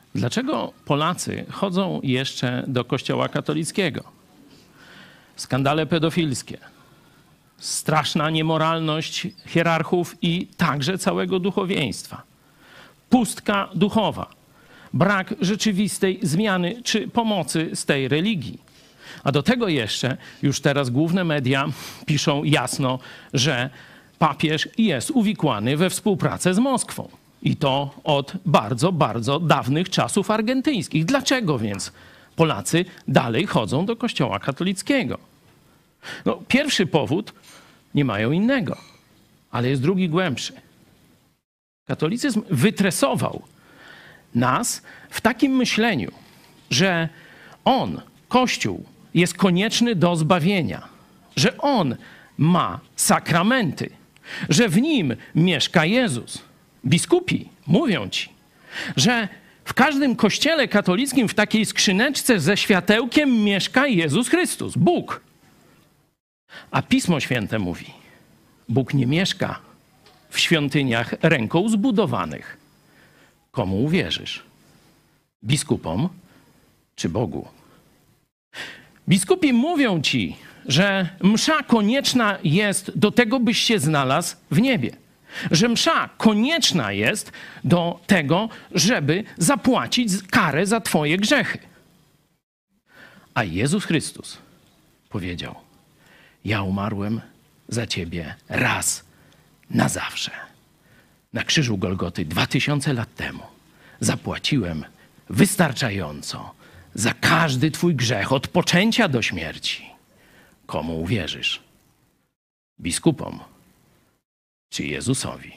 Dlaczego Polacy chodzą jeszcze do kościoła katolickiego? Skandale pedofilskie, straszna niemoralność hierarchów i także całego duchowieństwa, pustka duchowa, brak rzeczywistej zmiany czy pomocy z tej religii. A do tego jeszcze już teraz główne media piszą jasno, że papież jest uwikłany we współpracę z Moskwą. I to od bardzo, bardzo dawnych czasów argentyńskich. Dlaczego więc Polacy dalej chodzą do kościoła katolickiego? No, pierwszy powód, nie mają innego, ale jest drugi głębszy. Katolicyzm wytresował nas w takim myśleniu, że on, Kościół, jest konieczny do zbawienia, że on ma sakramenty, że w nim mieszka Jezus. Biskupi mówią ci, że w każdym kościele katolickim w takiej skrzyneczce ze światełkiem mieszka Jezus Chrystus, Bóg. A Pismo Święte mówi, Bóg nie mieszka w świątyniach ręką zbudowanych. Komu uwierzysz? Biskupom czy Bogu? Biskupi mówią ci, że msza konieczna jest do tego, byś się znalazł w niebie. Że msza konieczna jest do tego, żeby zapłacić karę za twoje grzechy. A Jezus Chrystus powiedział, ja umarłem za ciebie raz na zawsze. Na krzyżu Golgoty 2000 lat temu zapłaciłem wystarczająco za każdy twój grzech od poczęcia do śmierci. Komu uwierzysz? Biskupom czy Jezusowi?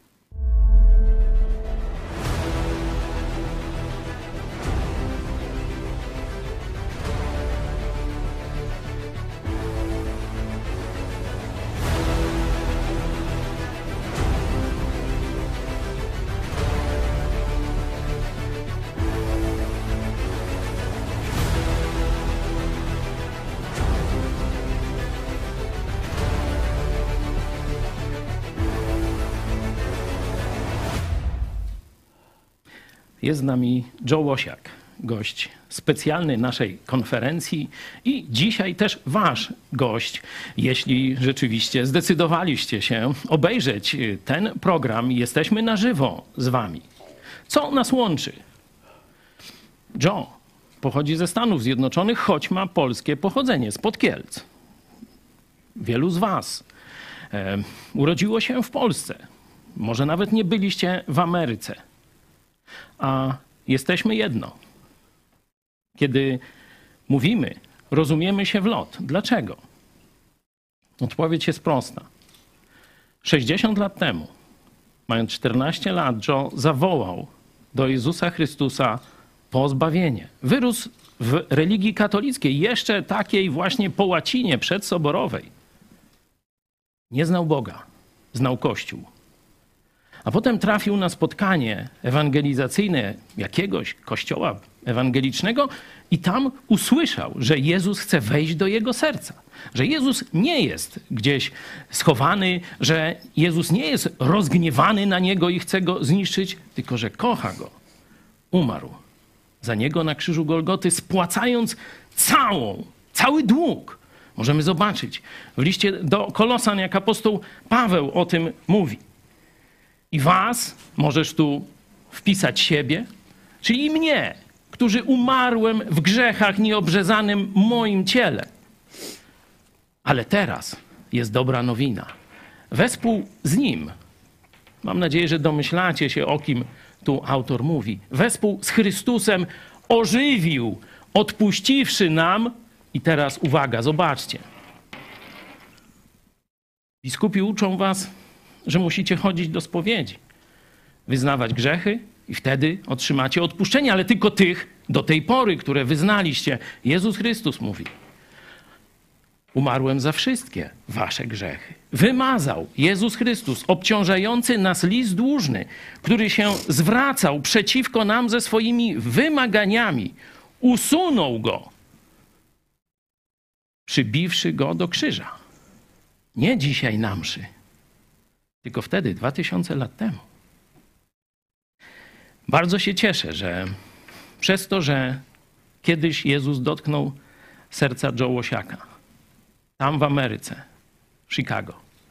Jest z nami Joe Łosiak, gość specjalny naszej konferencji i dzisiaj też wasz gość, jeśli rzeczywiście zdecydowaliście się obejrzeć ten program. Jesteśmy na żywo z wami. Co nas łączy? Joe pochodzi ze Stanów Zjednoczonych, choć ma polskie pochodzenie, spod Kielc. Wielu z was urodziło się w Polsce. Może nawet nie byliście w Ameryce. A jesteśmy jedno. Kiedy mówimy, rozumiemy się w lot. Dlaczego? Odpowiedź jest prosta. 60 lat temu, mając 14 lat, Joe zawołał do Jezusa Chrystusa po zbawienie. Wyrósł w religii katolickiej, jeszcze takiej właśnie po łacinie przedsoborowej. Nie znał Boga, znał Kościół. A potem trafił na spotkanie ewangelizacyjne jakiegoś kościoła ewangelicznego i tam usłyszał, że Jezus chce wejść do jego serca. Że Jezus nie jest gdzieś schowany, że Jezus nie jest rozgniewany na niego i chce go zniszczyć, tylko że kocha go. Umarł za niego na krzyżu Golgoty, spłacając cały dług. Możemy zobaczyć w liście do Kolosan, jak apostoł Paweł o tym mówi. I was, możesz tu wpisać siebie, czyli mnie, którzy umarłem w grzechach nieobrzezanym moim ciele. Ale teraz jest dobra nowina. Wespół z nim, mam nadzieję, że domyślacie się, o kim tu autor mówi, wespół z Chrystusem ożywił, odpuściwszy nam, i teraz uwaga, zobaczcie. Biskupi uczą was, że musicie chodzić do spowiedzi, wyznawać grzechy i wtedy otrzymacie odpuszczenie, ale tylko tych do tej pory, które wyznaliście. Jezus Chrystus mówi, umarłem za wszystkie wasze grzechy. Wymazał Jezus Chrystus obciążający nas list dłużny, który się zwracał przeciwko nam ze swoimi wymaganiami. Usunął go, przybiwszy go do krzyża. Nie dzisiaj na mszy, tylko wtedy, 2000 lat temu. Bardzo się cieszę, że Przez to, że kiedyś Jezus dotknął serca Joe Łosiaka. Tam w Ameryce, w Chicago.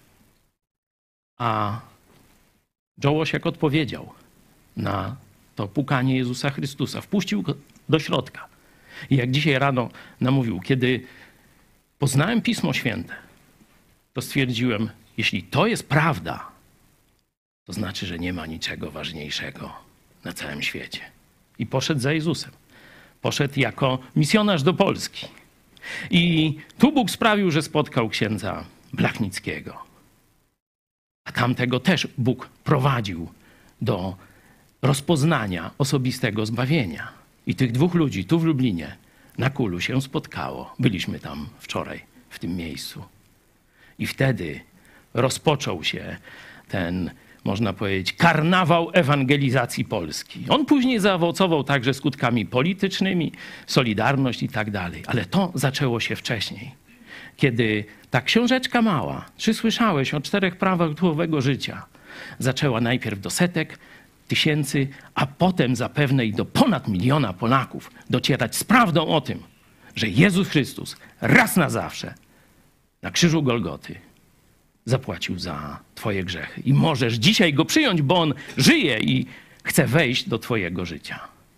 A Joe Łosiak odpowiedział na to pukanie Jezusa Chrystusa. Wpuścił go do środka. I jak dzisiaj rano namówił, kiedy poznałem Pismo Święte, to stwierdziłem, jeśli to jest prawda, to znaczy, że nie ma niczego ważniejszego na całym świecie. I poszedł za Jezusem. Poszedł jako misjonarz do Polski. I tu Bóg sprawił, że spotkał księdza Blachnickiego. A tamtego też Bóg prowadził do rozpoznania osobistego zbawienia. I tych dwóch ludzi tu w Lublinie na Kulu się spotkało. Byliśmy tam wczoraj, w tym miejscu. I wtedy rozpoczął się ten, można powiedzieć, karnawał ewangelizacji Polski. On później zaowocował także skutkami politycznymi, Solidarność i tak dalej. Ale to zaczęło się wcześniej. Kiedy ta książeczka mała, czy słyszałeś o 4 prawach duchowego życia, zaczęła najpierw do setek tysięcy, a potem zapewne i do ponad 1 miliona Polaków docierać z prawdą o tym, że Jezus Chrystus raz na zawsze na krzyżu Golgoty zapłacił za twoje grzechy. I możesz dzisiaj go przyjąć, bo on żyje i chce wejść do twojego życia.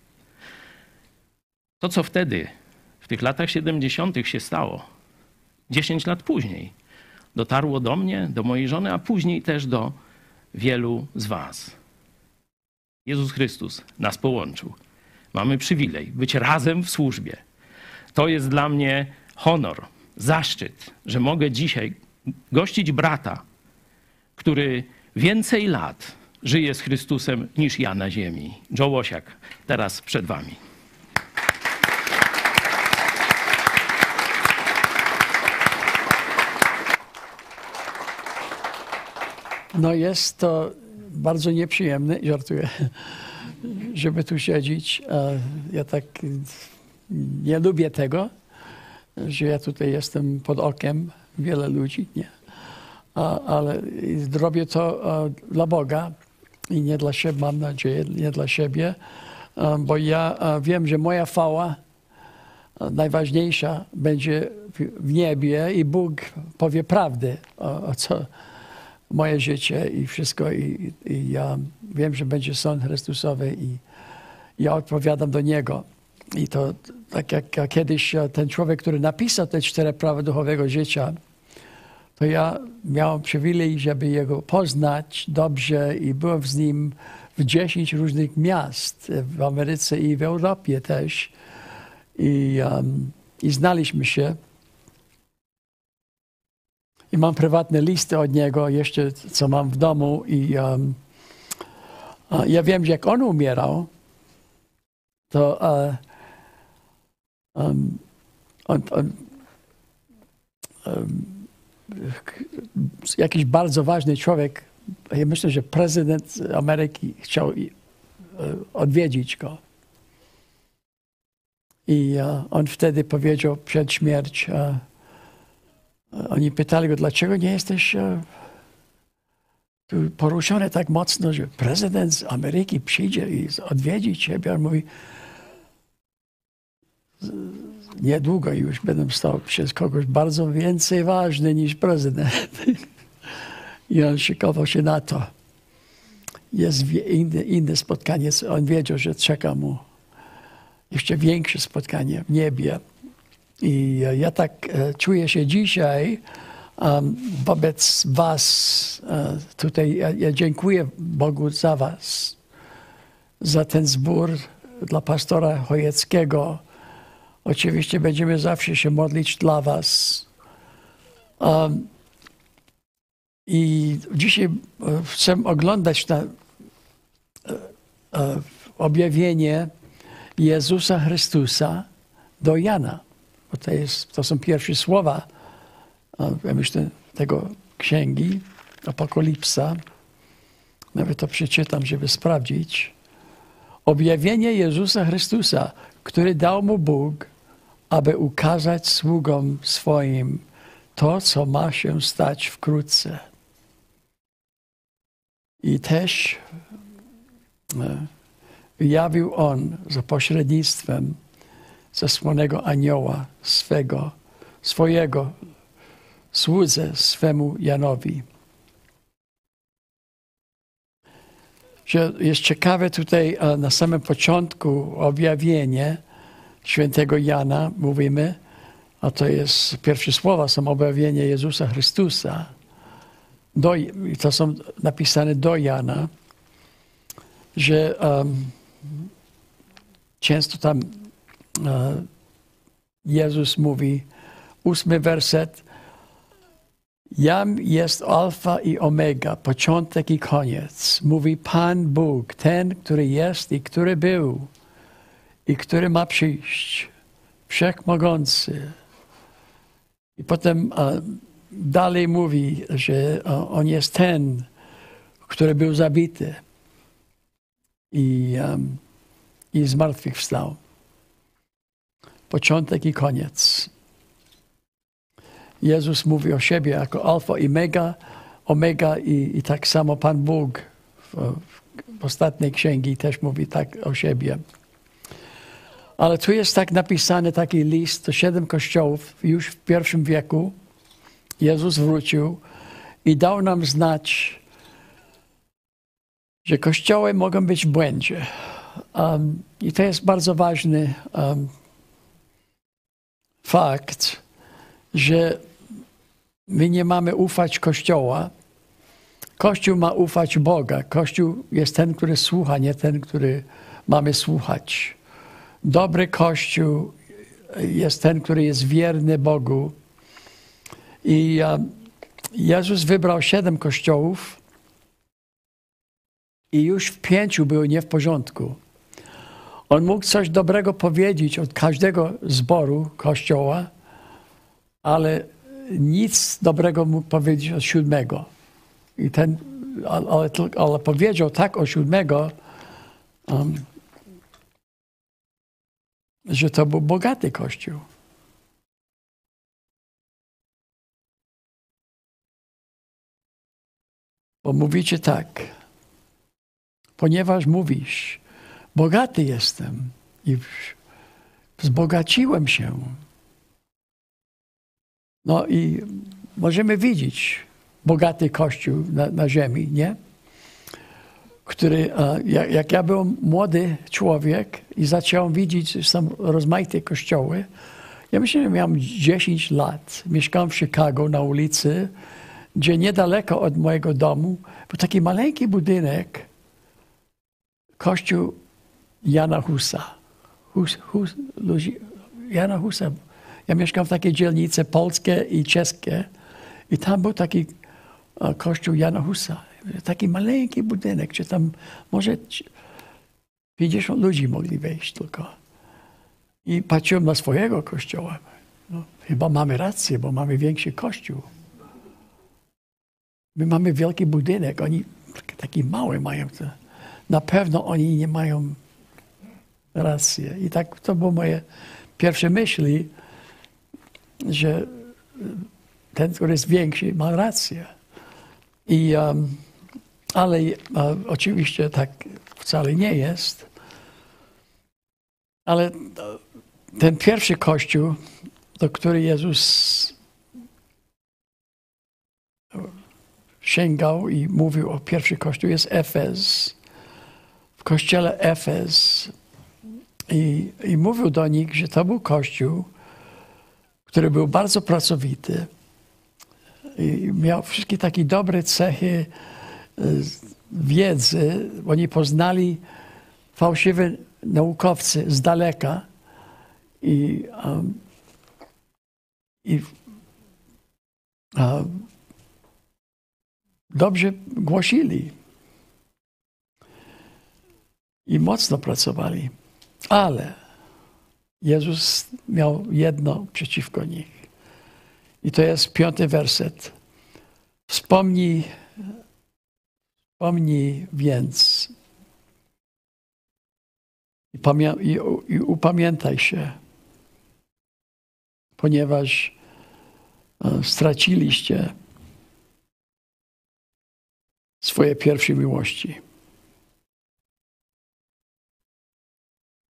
To, co wtedy, w tych latach 70. się stało, 10 lat później, dotarło do mnie, do mojej żony, a później też do wielu z was. Jezus Chrystus nas połączył. Mamy przywilej być razem w służbie. To jest dla mnie honor, zaszczyt, że mogę dzisiaj gościć brata, który więcej lat żyje z Chrystusem niż ja na ziemi. Joe Łosiak, teraz przed wami. No jest to bardzo nieprzyjemne, żartuję, żeby tu siedzieć. Ja tak nie lubię tego, że ja tutaj jestem pod okiem wiele ludzi, nie. Ale robię to dla Boga i nie dla siebie, mam nadzieję, nie dla siebie, bo ja wiem, że moja chwała najważniejsza będzie w niebie i Bóg powie prawdę o co moje życie i wszystko i ja wiem, że będzie sąd Chrystusowy i ja odpowiadam do Niego. I to tak jak kiedyś ten człowiek, który napisał te 4 prawa duchowego życia, to ja miałem przywilej, żeby jego poznać dobrze i byłem z nim w 10 różnych miast w Ameryce i w Europie też. I znaliśmy się. I mam prywatne listy od niego, jeszcze co mam w domu. I ja wiem, że jak on umierał, to jakiś bardzo ważny człowiek, ja myślę, że prezydent Ameryki chciał odwiedzić go. I on wtedy powiedział przed śmiercią, oni pytali go, dlaczego nie jesteś tu poruszony tak mocno, że prezydent z Ameryki przyjdzie i odwiedzi ciebie. On mówi, niedługo już będę stał przez kogoś bardzo więcej ważny niż prezydent. I on szykował się na to. Jest inne spotkanie. On wiedział, że czeka mu jeszcze większe spotkanie w niebie. I ja tak czuję się dzisiaj wobec was tutaj. Ja dziękuję Bogu za was, za ten zbór dla pastora Chojeckiego. Oczywiście będziemy zawsze się modlić dla was. I dzisiaj chcę oglądać na objawienie Jezusa Chrystusa do Jana. Bo to są pierwsze słowa, ja myślę, tego księgi Apokalipsa. Nawet to przeczytam, żeby sprawdzić. Objawienie Jezusa Chrystusa, który dał mu Bóg, aby ukazać sługom swoim to, co ma się stać wkrótce. I też jawił On za pośrednictwem zesłanego anioła swojego słudze swemu Janowi. Że jest ciekawe tutaj na samym początku objawienie świętego Jana, mówimy, a to jest pierwsze słowa, są objawienie Jezusa Chrystusa. To są napisane do Jana, że często tam Jezus mówi, 8 werset, Jam jest alfa i omega, początek i koniec. Mówi Pan Bóg, ten, który jest i który był i który ma przyjść, wszechmogący. I potem dalej mówi, że On jest ten, który był zabity i zmartwychwstał. Początek i koniec. Jezus mówi o siebie jako alfa i omega i tak samo Pan Bóg w ostatniej księgi też mówi tak o siebie. Ale tu jest tak napisany taki list do 7 kościołów już w I wieku. Jezus wrócił i dał nam znać, że kościoły mogą być w błędzie. I to jest bardzo ważny fakt, że my nie mamy ufać Kościoła. Kościół ma ufać Boga. Kościół jest ten, który słucha, nie ten, który mamy słuchać. Dobry Kościół jest ten, który jest wierny Bogu. I Jezus wybrał 7 kościołów i już w 5 były nie w porządku. On mógł coś dobrego powiedzieć od każdego zboru Kościoła, ale nic dobrego mógł powiedzieć od 7. Ale powiedział tak o 7, że to był bogaty Kościół. Bo mówicie tak, ponieważ mówisz, bogaty jestem i wzbogaciłem się. No i możemy widzieć bogaty Kościół na ziemi, nie? Który, jak ja byłem młody człowiek i zacząłem widzieć, że są rozmaite kościoły, ja myślę, że miałem 10 lat. Mieszkałem w Chicago na ulicy, gdzie niedaleko od mojego domu był taki maleńki budynek, kościół Jana Husa. Jana Husa. Ja mieszkam w takiej dzielnicy polskie i czeskie i tam był taki kościół Jana Husa. Taki maleńki budynek, gdzie tam może 50 ludzi mogli wejść tylko. I patrzyłem na swojego kościoła. No, chyba mamy rację, bo mamy większy kościół. My mamy wielki budynek, oni taki mały mają. Na pewno oni nie mają racji. I tak to było moje pierwsze myśli, że ten, który jest większy, ma rację. Ale oczywiście tak wcale nie jest. Ale ten pierwszy kościół, do którego Jezus sięgał i mówił o pierwszy kościół, jest Efez. W kościele Efez. I mówił do nich, że to był kościół, który był bardzo pracowity. I miał wszystkie takie dobre cechy wiedzy. Oni poznali fałszywe naukowcy z daleka i dobrze głosili i mocno pracowali. Ale Jezus miał jedno przeciwko nich. I to jest 5 werset. Wspomnij więc i upamiętaj się, ponieważ straciliście swoje pierwsze miłości.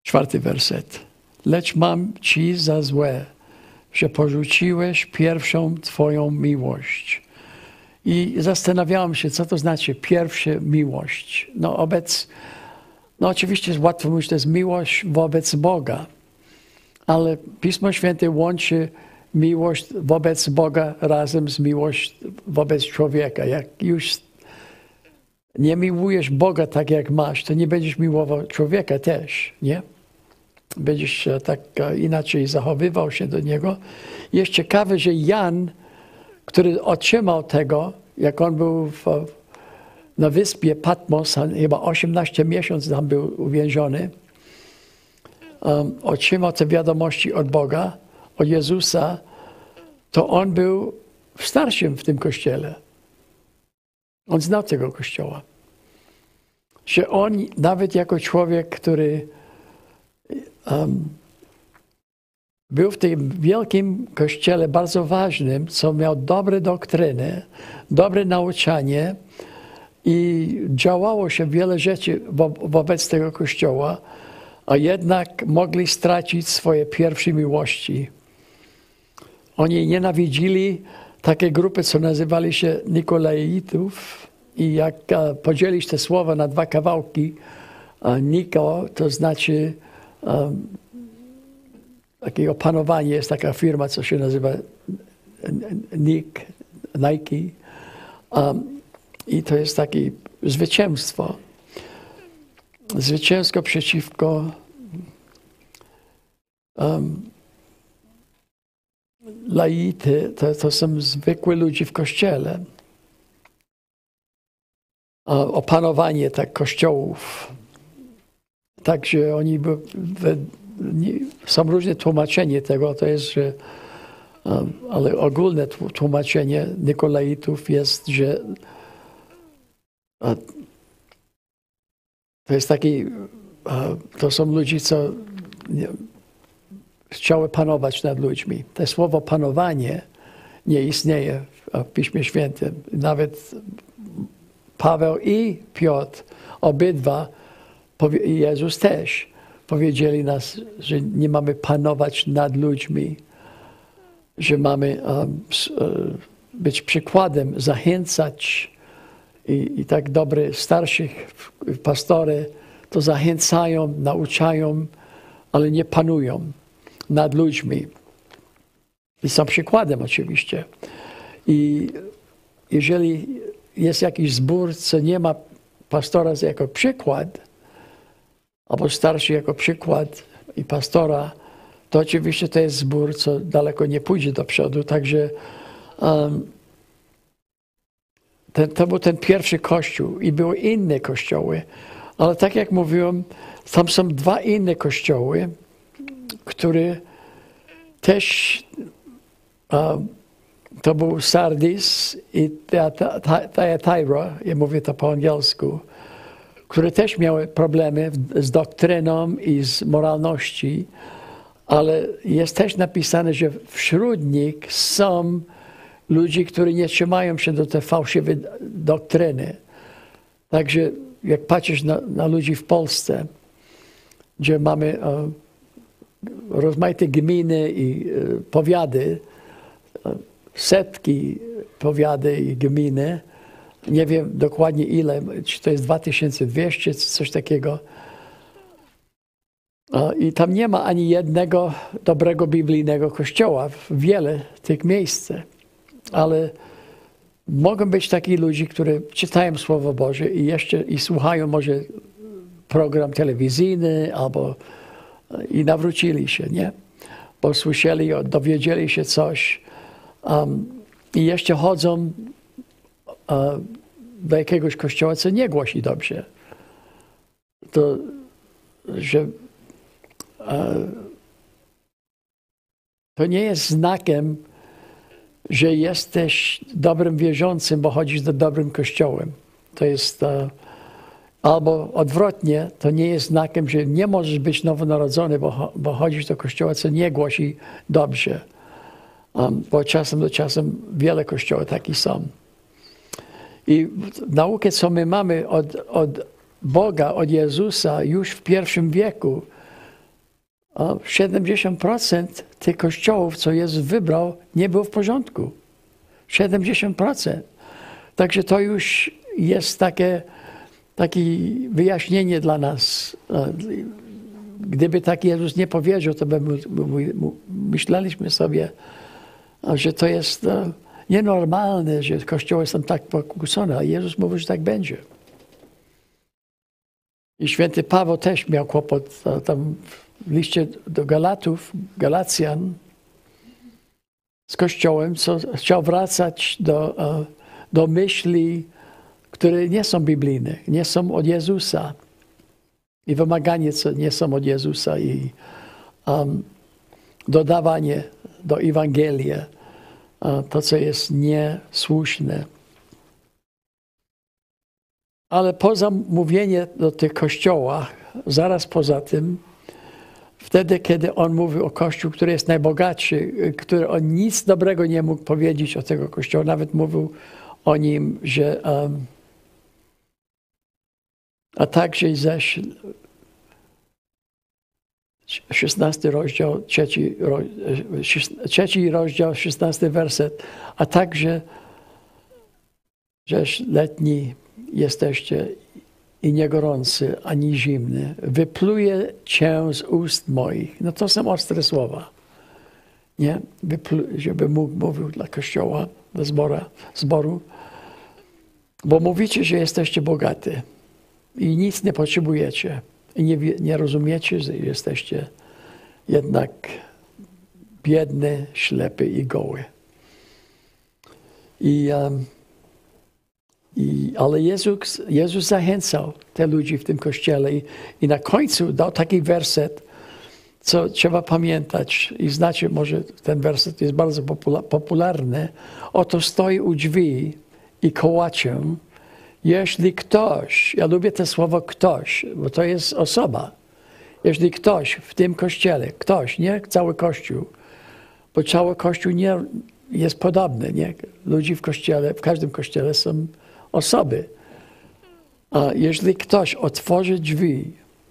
4 werset. Lecz mam ci za złe, że porzuciłeś pierwszą twoją miłość. I zastanawiałem się, co to znaczy pierwsza miłość. No oczywiście jest łatwo mówić, to jest miłość wobec Boga, ale Pismo Święte łączy miłość wobec Boga razem z miłością wobec człowieka. Jak już nie miłujesz Boga tak, jak masz, to nie będziesz miłował człowieka też, nie? Będziesz się tak inaczej zachowywał się do niego. Jest ciekawe, że Jan, który otrzymał tego, jak on był na wyspie Patmos, chyba 18 miesięcy tam był uwięziony, otrzymał te wiadomości od Boga, od Jezusa, to on był starszym w tym kościele. On znał tego kościoła. Że on nawet jako człowiek, który był w tym wielkim kościele bardzo ważnym, co miał dobre doktryny, dobre nauczanie i działało się wiele rzeczy wobec tego kościoła, a jednak mogli stracić swoje pierwsze miłości. Oni nienawidzili takie grupy, co nazywali się Nikolaitów i jak podzielić te słowa na 2 kawałki, Niko to znaczy takie opanowanie, jest taka firma, co się nazywa Nike. I to jest takie zwycięstwo. Zwycięstwo przeciwko laity, to są zwykłe ludzie w kościele. Opanowanie tak kościołów. Także oni są różne tłumaczenie tego, to jest, że ale ogólne tłumaczenie Nikolaitów jest, że to jest taki, to są ludzie, co chciały panować nad ludźmi. To słowo panowanie nie istnieje w Piśmie Świętym. Nawet Paweł i Piotr, obydwa, i Jezus też powiedzieli nas, że nie mamy panować nad ludźmi, że mamy być przykładem, zachęcać i tak dobre starszych pastory to zachęcają, nauczają, ale nie panują nad ludźmi. I są przykładem oczywiście. I jeżeli jest jakiś zbór, co nie ma pastora jako przykład, albo starszy jako przykład i pastora, to oczywiście to jest zbór, co daleko nie pójdzie do przodu. Także to był ten pierwszy kościół i były inne kościoły. Ale tak jak mówiłem, tam są 2 inne kościoły, które też to był Sardis i Thyatira, ja mówię to po angielsku, które też miały problemy z doktryną i z moralności, ale jest też napisane, że wśród nich są ludzie, którzy nie trzymają się do tej fałszywej doktryny. Także jak patrzysz na ludzi w Polsce, gdzie mamy rozmaite gminy i powiady, setki powiady i gminy, nie wiem dokładnie ile, czy to jest 2200, czy coś takiego. I tam nie ma ani jednego dobrego biblijnego kościoła w wiele tych miejsc. Ale mogą być taki ludzie, którzy czytają Słowo Boże i słuchają może program telewizyjny albo i nawrócili się, nie? Bo słyszeli, dowiedzieli się coś i jeszcze chodzą do jakiegoś kościoła, co nie głosi dobrze. To, że to nie jest znakiem, że jesteś dobrym wierzącym, bo chodzisz do dobrym kościołem. To jest albo odwrotnie, to nie jest znakiem, że nie możesz być nowonarodzony, bo chodzisz do kościoła, co nie głosi dobrze. Bo czasem do czasem wiele kościołów takich są. I naukę, co my mamy od Boga, od Jezusa już w I wieku, A 70% tych kościołów, co Jezus wybrał, nie było w porządku. 70%. Także to już jest takie wyjaśnienie dla nas. Gdyby tak Jezus nie powiedział, to by myśleliśmy sobie, że to jest nienormalne, że kościoły są tak pokłócone, a Jezus mówił, że tak będzie. I święty Paweł też miał kłopot tam w liście do Galacjan z Kościołem, co chciał wracać do myśli, które nie są biblijne, nie są od Jezusa. I wymaganie, co nie są od Jezusa, i dodawanie do Ewangelii to, co jest niesłuszne. Ale poza mówienie do tych kościołach, zaraz poza tym, wtedy, kiedy on mówił o Kościół, który jest najbogatszy, który on nic dobrego nie mógł powiedzieć o tego Kościoła, nawet mówił o nim, że a także zaś 16 rozdział, 3 rozdział, 16 werset, a także, żeż letni jesteście i nie gorący, ani zimny. Wypluje cię z ust moich. No to są ostre słowa. Nie? Żeby mówił dla Kościoła, dla zboru. Bo mówicie, że jesteście bogaty i nic nie potrzebujecie. I nie rozumiecie, że jesteście jednak biedny, ślepy i goły. Ale Jezus zachęcał te ludzi w tym kościele i na końcu dał taki werset, co trzeba pamiętać i znacie, może ten werset jest bardzo popularny. Oto stoi u drzwi i kołaczę. Jeśli ktoś, ja lubię to słowo ktoś, bo to jest osoba. Jeśli ktoś w tym kościele, ktoś, nie cały kościół, bo cały kościół nie jest podobny, nie? Ludzi w kościele, w każdym kościele są osoby. A jeśli ktoś otworzy drzwi,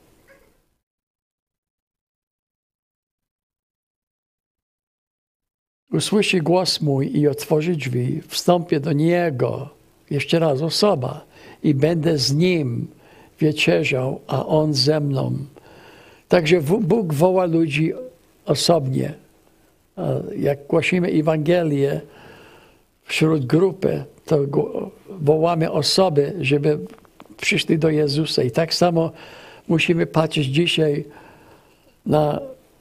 usłyszy głos mój i otworzy drzwi, wstąpię do niego, jeszcze raz osoba, i będę z nim wieczerzał, a on ze mną. Także Bóg woła ludzi osobnie. Jak głosimy Ewangelię wśród grupy, to wołamy osoby, żeby przyszli do Jezusa. I tak samo musimy patrzeć dzisiaj na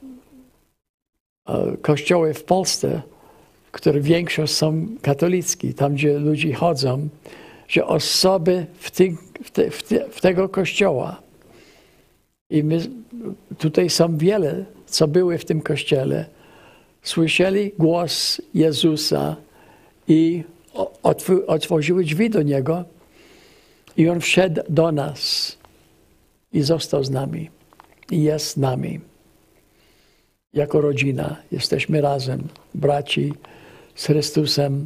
kościoły w Polsce, które większość są katolickie, tam gdzie ludzie chodzą, że osoby w tego kościoła, i my tutaj są wiele, co były w tym kościele, słyszeli głos Jezusa i otworzyły drzwi do Niego i On wszedł do nas i został z nami i jest z nami. Jako rodzina jesteśmy razem, braci z Chrystusem.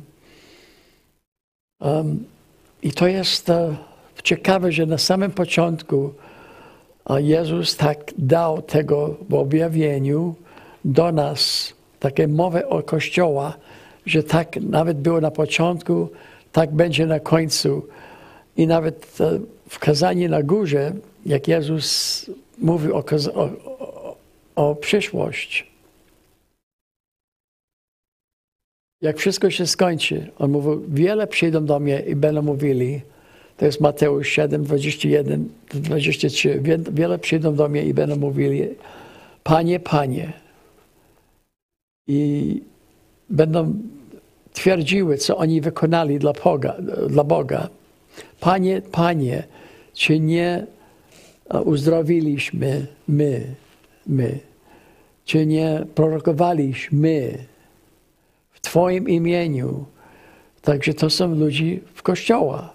I to jest ciekawe, że na samym początku Jezus tak dał tego w objawieniu do nas, takie mowy o Kościoła, że tak nawet było na początku, tak będzie na końcu. I nawet w kazaniu na górze, jak Jezus mówił o przyszłość, jak wszystko się skończy, On mówił, wiele przyjdą do mnie i będą mówili, to jest Mateusz 7, 21, 23, wiele przyjdą do mnie i będą mówili, Panie, Panie. I będą twierdziły, co oni wykonali dla Boga. Panie, Panie, czy nie uzdrowiliśmy my, czy nie prorokowaliśmy w Twoim imieniu. Także to są ludzie w Kościoła.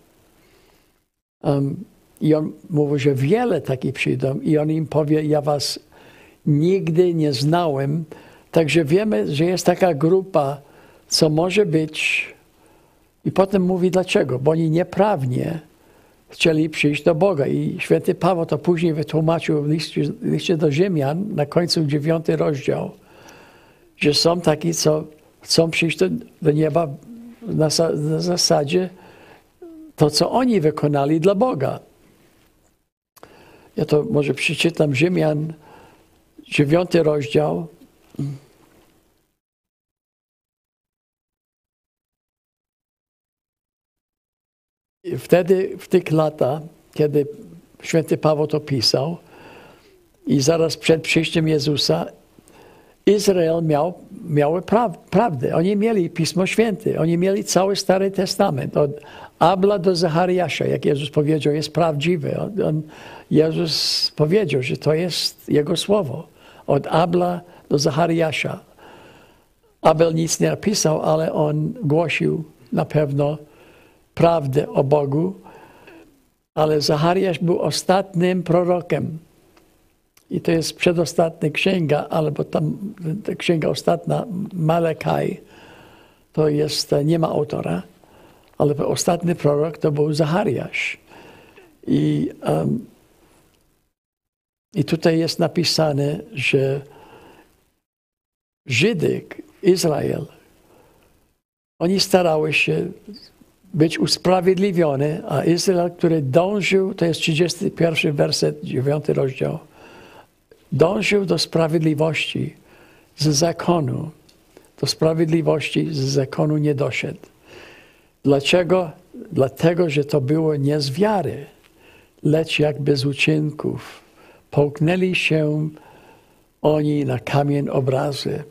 I on mówi, że wiele takich przyjdą i on im powie, ja was nigdy nie znałem. Także wiemy, że jest taka grupa, co może być. I potem mówi dlaczego. Bo oni nieprawnie chcieli przyjść do Boga. I święty Paweł to później wytłumaczył w liście do Rzymian, na końcu 9 rozdział, że są taki, co chcą przyjść do nieba na zasadzie to, co oni wykonali dla Boga. Ja to może przeczytam Rzymian, 9 rozdział. I wtedy, w tych latach, kiedy święty Paweł to pisał i zaraz przed przyjściem Jezusa, Izrael miał prawdę. Oni mieli Pismo Święte. Oni mieli cały Stary Testament. Od Abla do Zachariasza, jak Jezus powiedział, jest prawdziwy. Jezus powiedział, że to jest Jego słowo. Od Abla do Zachariasza. Abel nic nie napisał, ale on głosił na pewno prawdę o Bogu. Ale Zachariasz był ostatnim prorokiem. I to jest przedostatnia księga, albo tam ta księga ostatnia, Malakaj, to jest, nie ma autora, ale ostatni prorok to był Zachariasz. I tutaj jest napisane, że Żydy, Izrael, oni starały się być usprawiedliwiony, a Izrael, który dążył, to jest 31 werset, 9 rozdział, dążył do sprawiedliwości z zakonu. Do sprawiedliwości z zakonu nie doszedł. Dlaczego? Dlatego, że to było nie z wiary, lecz jakby z uczynków. Połknęli się oni na kamień obrazy.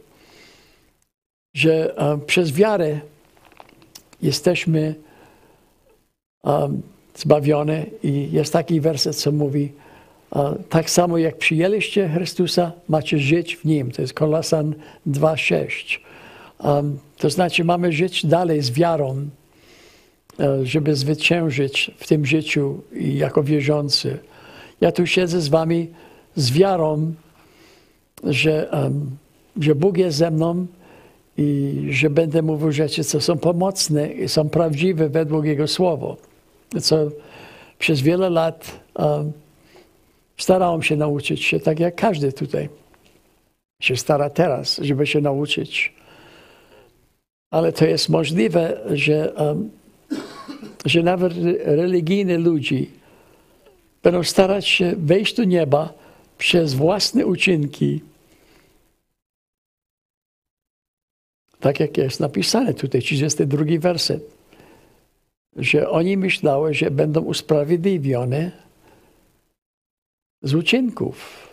Że przez wiarę jesteśmy zbawione i jest taki werset, co mówi, tak samo jak przyjęliście Chrystusa, macie żyć w Nim. To jest Kolosan 2:6. To znaczy mamy żyć dalej z wiarą, żeby zwyciężyć w tym życiu i jako wierzący. Ja tu siedzę z wami z wiarą, że Bóg jest ze mną i że będę mówił rzeczy, co są pomocne i są prawdziwe według Jego Słowa. Co przez wiele lat starałem się nauczyć się, tak jak każdy tutaj się stara teraz, żeby się nauczyć. Ale to jest możliwe, że nawet religijni ludzie będą starać się wejść do nieba przez własne uczynki. Tak jak jest napisane tutaj, 32 werset. Że oni myślały, że będą usprawiedliwione z uczynków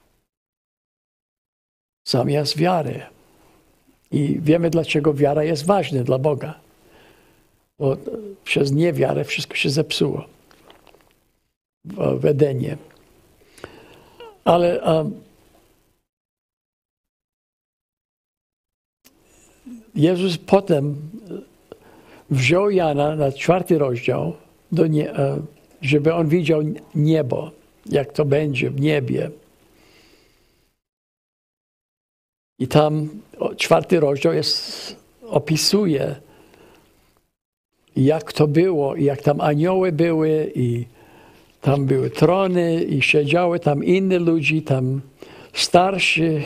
zamiast wiary. I wiemy, dlaczego wiara jest ważna dla Boga. Bo przez niewiarę wszystko się zepsuło w Edenie. Ale Jezus potem wziął Jana na 4 rozdział, żeby on widział niebo, jak to będzie w niebie. I tam 4 rozdział opisuje, jak to było, i jak tam anioły były, i tam były trony, i siedziały tam inni ludzie, tam starsi,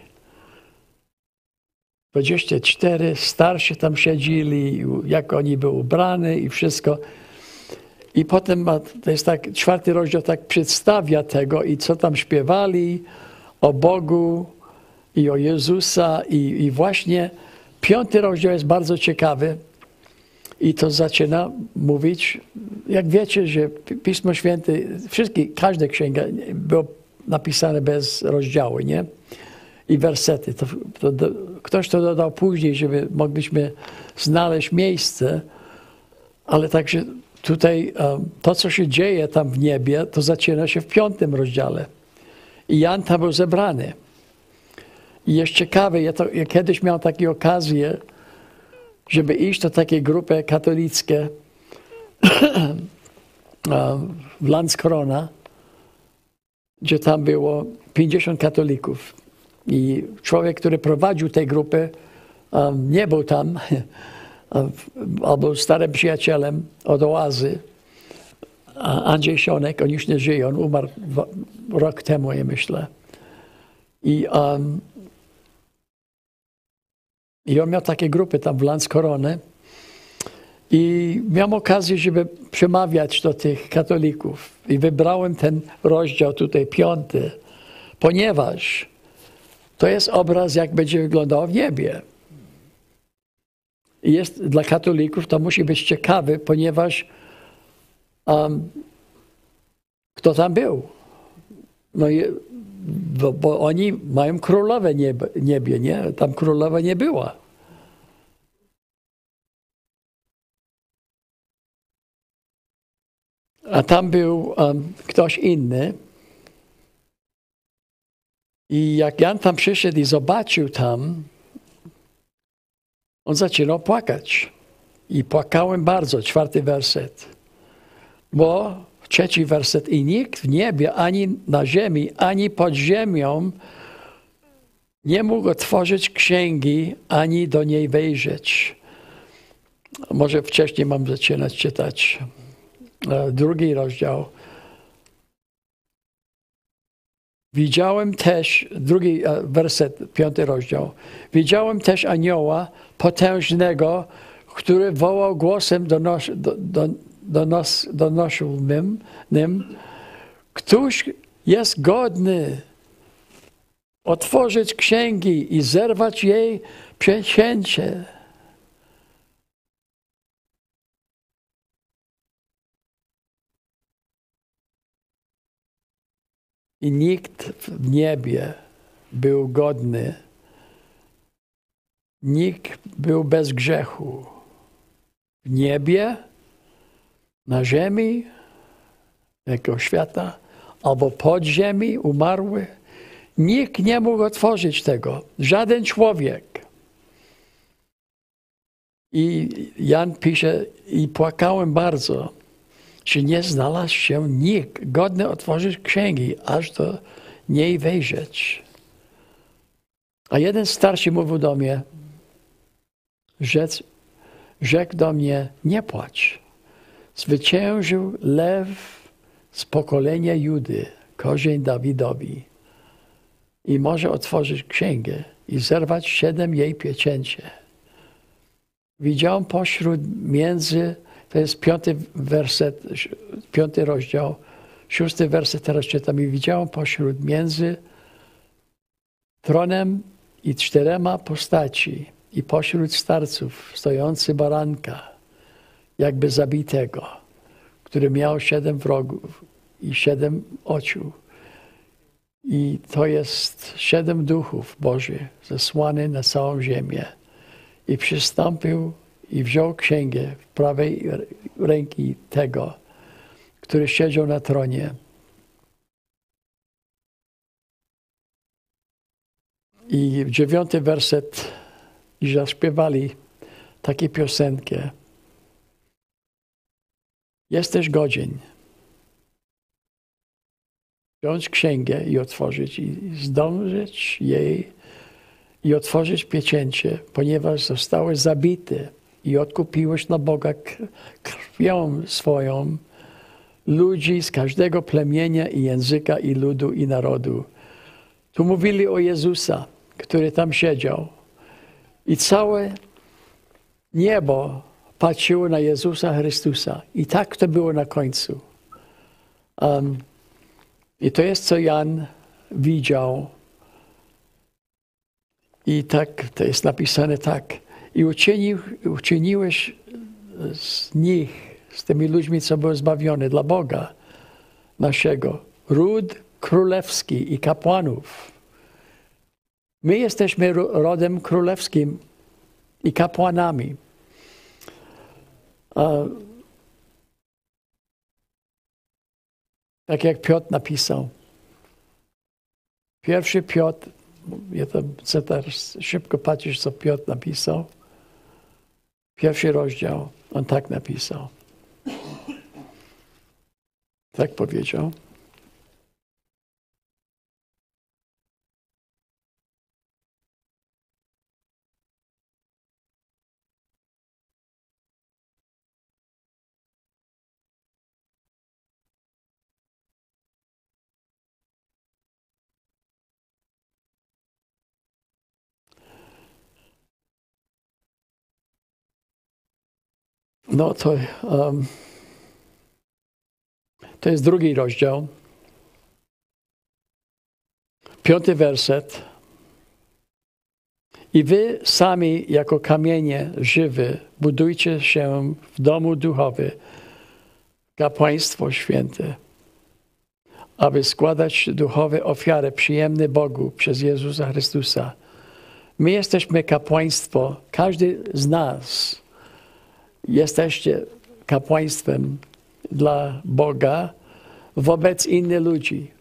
24 starsi tam siedzieli, jak oni byli ubrani i wszystko. I potem to jest tak, 4 rozdział tak przedstawia tego i co tam śpiewali o Bogu i o Jezusa i właśnie 5 rozdział jest bardzo ciekawy i to zaczyna mówić, jak wiecie, że Pismo Święte, każda księga była napisane bez rozdziału, nie? I wersety. Ktoś to dodał później, żeby mogliśmy znaleźć miejsce, ale także tutaj to, co się dzieje tam w niebie, to zaczyna się w 5 rozdziale. I Jan tam był zebrany. I jest ciekawe, ja kiedyś miałem taką okazję, żeby iść do takiej grupy katolickiej w Landskrona, gdzie tam było 50 katolików. I człowiek, który prowadził tę grupę, nie był tam, albo starym przyjacielem od oazy, Andrzej Sionek, on już nie żyje, on umarł rok temu, ja myślę. I on miał takie grupy tam w Landskrona i miałem okazję, żeby przemawiać do tych katolików. I wybrałem ten rozdział tutaj, 5, ponieważ to jest obraz, jak będzie wyglądał w niebie. I jest dla katolików, to musi być ciekawy, ponieważ kto tam był? No i, bo oni mają królowe niebie, nie? Tam królowa nie była. A tam był ktoś inny. I jak Jan tam przyszedł i zobaczył tam, on zaczynał płakać. I płakałem bardzo, 4 werset. Bo 3 werset. I nikt w niebie, ani na ziemi, ani pod ziemią nie mógł otworzyć księgi, ani do niej wejrzeć. Może wcześniej mam zaczynać czytać. 2 rozdział. Widziałem też, 2 werset, 5 rozdział. Widziałem też anioła potężnego, który wołał głosem donośnym, któż jest godny otworzyć księgi i zerwać jej pieczęcie. I nikt w niebie był godny. Nikt był bez grzechu. W niebie, na ziemi, jako świata, albo pod ziemi, umarły. Nikt nie mógł otworzyć tego. Żaden człowiek. I Jan pisze, i płakałem bardzo, że nie znalazł się nikt godny otworzyć księgi, aż do niej wejrzeć. A jeden starszy mówił do mnie, rzekł do mnie, nie płacz. Zwyciężył lew z pokolenia Judy, korzeń Dawidowi. I może otworzyć księgę i zerwać 7 jej pieczęcie. Widziałem to jest 5 werset, 5 rozdział, 6 werset teraz czytam. I widziałem między tronem i 4 postaci i pośród starców stojący baranka, jakby zabitego, który miał 7 wrogów i 7 oczu. I to jest 7 duchów Bożych zesłany na całą ziemię. I przystąpił i wziął księgę w prawej ręki tego, który siedział na tronie. I 9 werset, i zaśpiewali takie piosenkę. Jesteś godzien wziąć księgę i otworzyć, i zdążyć jej i otworzyć pieczęcie, ponieważ zostałeś zabity i odkupiłeś dla Boga krwią swoją ludzi z każdego plemienia i języka i ludu i narodu. Tu mówili o Jezusa, który tam siedział. I całe niebo patrzyło na Jezusa Chrystusa. I tak to było na końcu. I to jest, co Jan widział. I tak, to jest napisane tak. I uczyniłeś z nich, z tymi ludźmi, co były zbawione dla Boga naszego, ród królewski i kapłanów. My jesteśmy rodem królewskim i kapłanami. Tak jak Piotr napisał. 1 Piotr, ja tam chcę teraz szybko patrzeć, co Piotr napisał. 1 rozdział, on tak napisał. Tak powiedział. No to jest 2 rozdział, 5 werset. I wy sami jako kamienie żywe budujcie się w domu duchowym, kapłaństwo święte, aby składać duchowe ofiary przyjemne Bogu przez Jezusa Chrystusa. My jesteśmy kapłaństwo, każdy z nas jesteście kapłaństwem dla Boga wobec innych ludzi.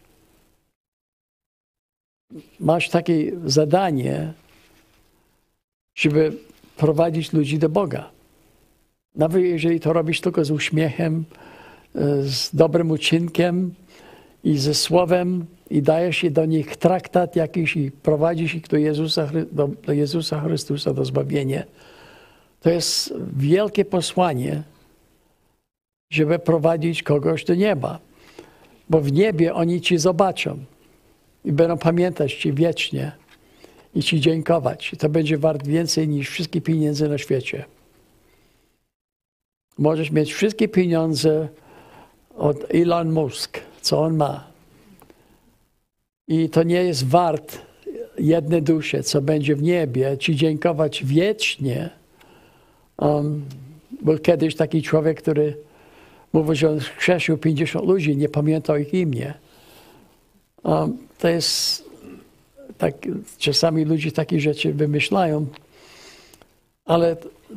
Masz takie zadanie, żeby prowadzić ludzi do Boga. Nawet jeżeli to robisz tylko z uśmiechem, z dobrym uczynkiem i ze słowem i dajesz do nich traktat jakiś i prowadzisz ich do Jezusa Chrystusa, do zbawienia. To jest wielkie posłanie, żeby prowadzić kogoś do nieba. Bo w niebie oni Ci zobaczą i będą pamiętać Ci wiecznie i Ci dziękować. I to będzie wart więcej niż wszystkie pieniądze na świecie. Możesz mieć wszystkie pieniądze od Elon Musk, co on ma. I to nie jest wart jednej duszy, co będzie w niebie, Ci dziękować wiecznie. Był kiedyś taki człowiek, który mówił, że on chrzcił 50 ludzi, nie pamiętał ich imię. To jest tak, czasami ludzie takie rzeczy wymyślają, ale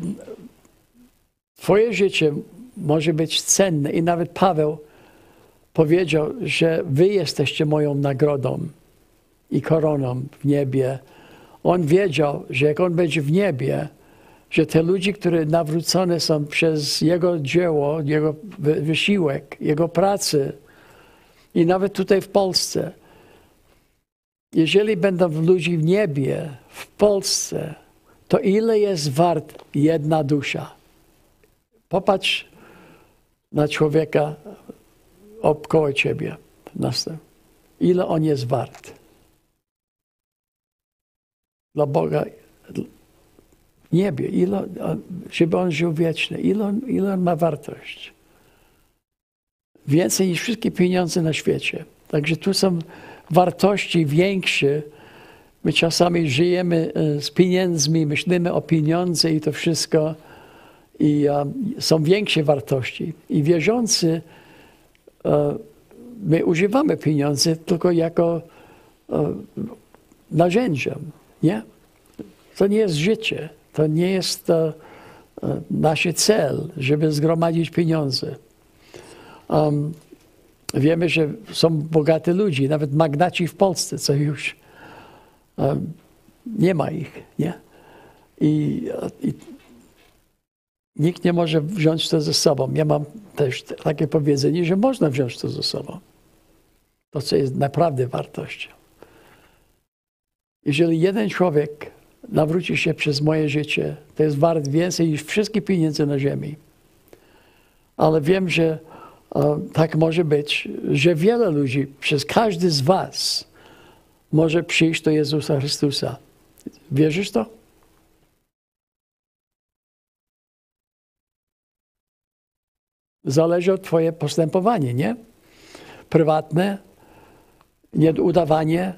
Twoje życie może być cenne i nawet Paweł powiedział, że wy jesteście moją nagrodą i koroną w niebie. On wiedział, że jak on będzie w niebie, że te ludzie, które nawrócone są przez jego dzieło, jego wysiłek, jego pracę i nawet tutaj w Polsce, jeżeli będą ludzi w niebie, w Polsce, to ile jest wart jedna dusza? Popatrz na człowieka około ciebie. Ile on jest wart? Dla Boga w niebie. Żeby on żył wiecznie. Ile on ma wartość? Więcej niż wszystkie pieniądze na świecie. Także tu są wartości większe. My czasami żyjemy z pieniędzmi, myślimy o pieniądze i to wszystko. I są większe wartości. I wierzący, my używamy pieniądze tylko jako narzędziem, nie? To nie jest życie. To nie jest nasz cel, żeby zgromadzić pieniądze. Wiemy, że są bogaty ludzie, nawet magnaci w Polsce, co już nie ma ich, nie? I nikt nie może wziąć to ze sobą. Ja mam też takie powiedzenie, że można wziąć to ze sobą. To, co jest naprawdę wartością. Jeżeli jeden człowiek nawróci się przez moje życie, to jest wart więcej niż wszystkie pieniądze na ziemi. Ale wiem, że tak może być, że wiele ludzi, przez każdy z was może przyjść do Jezusa Chrystusa. Wierzysz to? Zależy od twoje postępowanie, nie? Prywatne, nieudawanie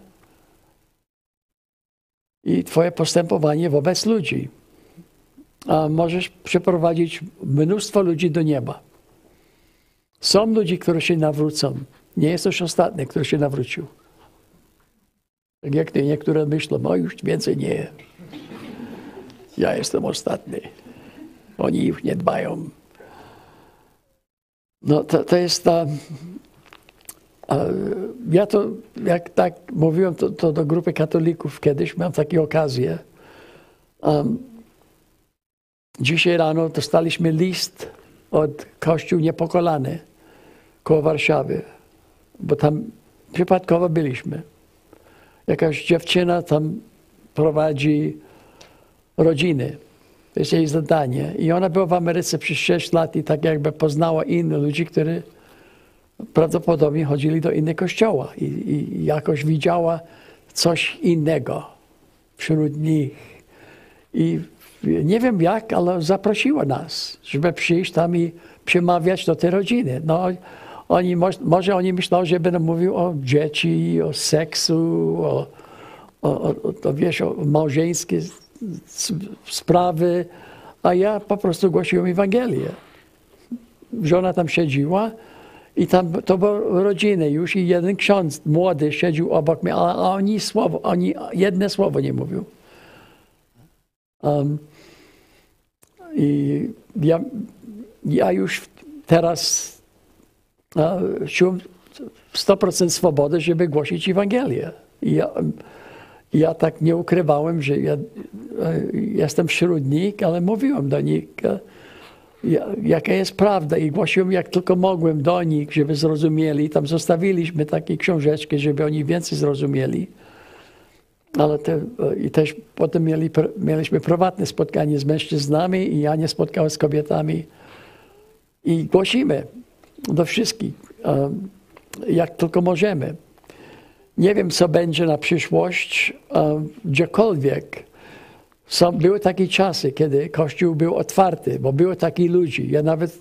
i twoje postępowanie wobec ludzi. A możesz przeprowadzić mnóstwo ludzi do nieba. Są ludzie, którzy się nawrócą. Nie jesteś ostatni, który się nawrócił. Tak jak niektóre myślą, o już więcej nie. Ja jestem ostatni. Oni już nie dbają. No to jest ja to, jak tak mówiłem to do grupy katolików kiedyś, miałem takie okazje. Dzisiaj rano dostaliśmy list od Kościół Niepokalany koło Warszawy, bo tam przypadkowo byliśmy. Jakaś dziewczyna tam prowadzi rodziny. To jest jej zadanie. I ona była w Ameryce przez 6 lat i tak jakby poznała innych ludzi, którzy prawdopodobnie chodzili do innych kościoła i jakoś widziała coś innego wśród nich. I nie wiem jak, ale zaprosiła nas, żeby przyjść tam i przemawiać do tej rodziny. No, może oni myślą, że będę mówił o dzieci, o seksu, o małżeńskie sprawy, a ja po prostu głosiłem Ewangelię. Żona tam siedziła i tam to były rodziny już i jeden ksiądz młody siedział obok mnie, a oni jedno słowo nie mówił. I ja już teraz czułem 100% swobody, żeby głosić Ewangelię. Ja tak nie ukrywałem, że ja jestem wśród nich, ale mówiłem do nich, jaka jest prawda i głosiłem jak tylko mogłem do nich, żeby zrozumieli. Tam zostawiliśmy takie książeczki, żeby oni więcej zrozumieli. Ale i też potem mieliśmy prywatne spotkanie z mężczyznami i ja nie spotkałem z kobietami. I głosimy do wszystkich, jak tylko możemy. Nie wiem, co będzie na przyszłość, gdziekolwiek. Były takie czasy, kiedy Kościół był otwarty, bo było takich ludzi. Ja nawet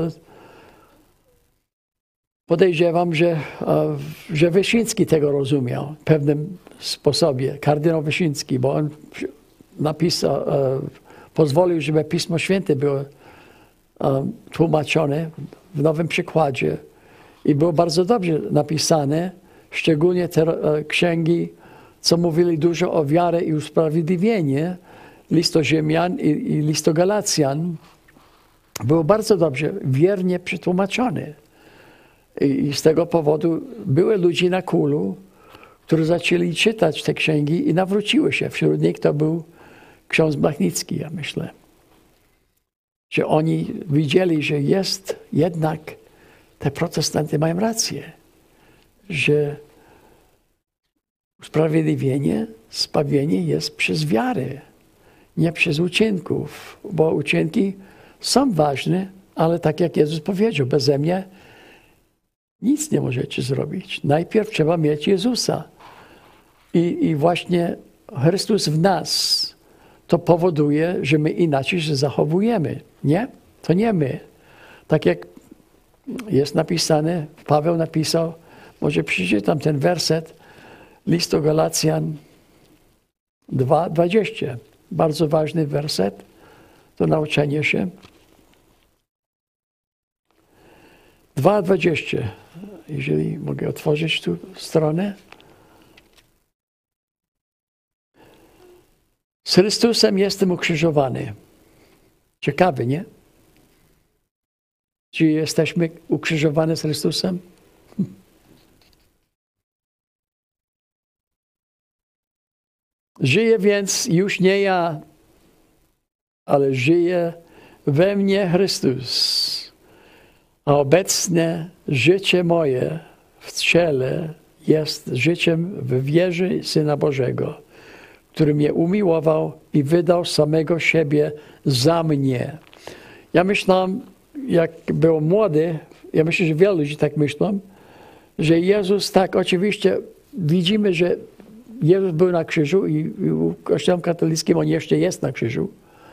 podejrzewam, że Wyszyński tego rozumiał w pewnym sposobie. Kardynał Wyszyński, bo on napisał, pozwolił, żeby Pismo Święte było tłumaczone w nowym przykładzie. I było bardzo dobrze napisane, szczególnie te księgi, co mówili dużo o wiarę i usprawiedliwienie, list do Rzymian i list do Galacjan, było bardzo dobrze, wiernie przetłumaczone. I z tego powodu były ludzie na Kulu, którzy zaczęli czytać te księgi i nawróciły się. Wśród nich to był ksiądz Blachnicki, ja myślę. Że oni widzieli, że jest jednak, te protestanty mają rację, że usprawiedliwienie, zbawienie jest przez wiarę, nie przez uczynków, bo uczynki są ważne, ale tak jak Jezus powiedział, beze mnie nic nie możecie zrobić. Najpierw trzeba mieć Jezusa. I właśnie Chrystus w nas to powoduje, że my inaczej się zachowujemy. Nie? To nie my. Tak jak jest napisane, Paweł napisał, może przeczytam ten werset, list do Galacjan 2:20. Bardzo ważny werset do nauczenia się. 2:20. Jeżeli mogę otworzyć tu stronę. Z Chrystusem jestem ukrzyżowany. Ciekawe, nie? Czy jesteśmy ukrzyżowani z Chrystusem? Żyję więc już nie ja, ale żyje we mnie Chrystus. A obecne życie moje w ciele jest życiem w wierze Syna Bożego, który mnie umiłował i wydał samego siebie za mnie. Ja myślałem, jak był młody, ja myślę, że wielu ludzi tak myślą, że Jezus, tak oczywiście widzimy, że Jezus był na krzyżu i w Kościele katolickim on jeszcze jest na krzyżu.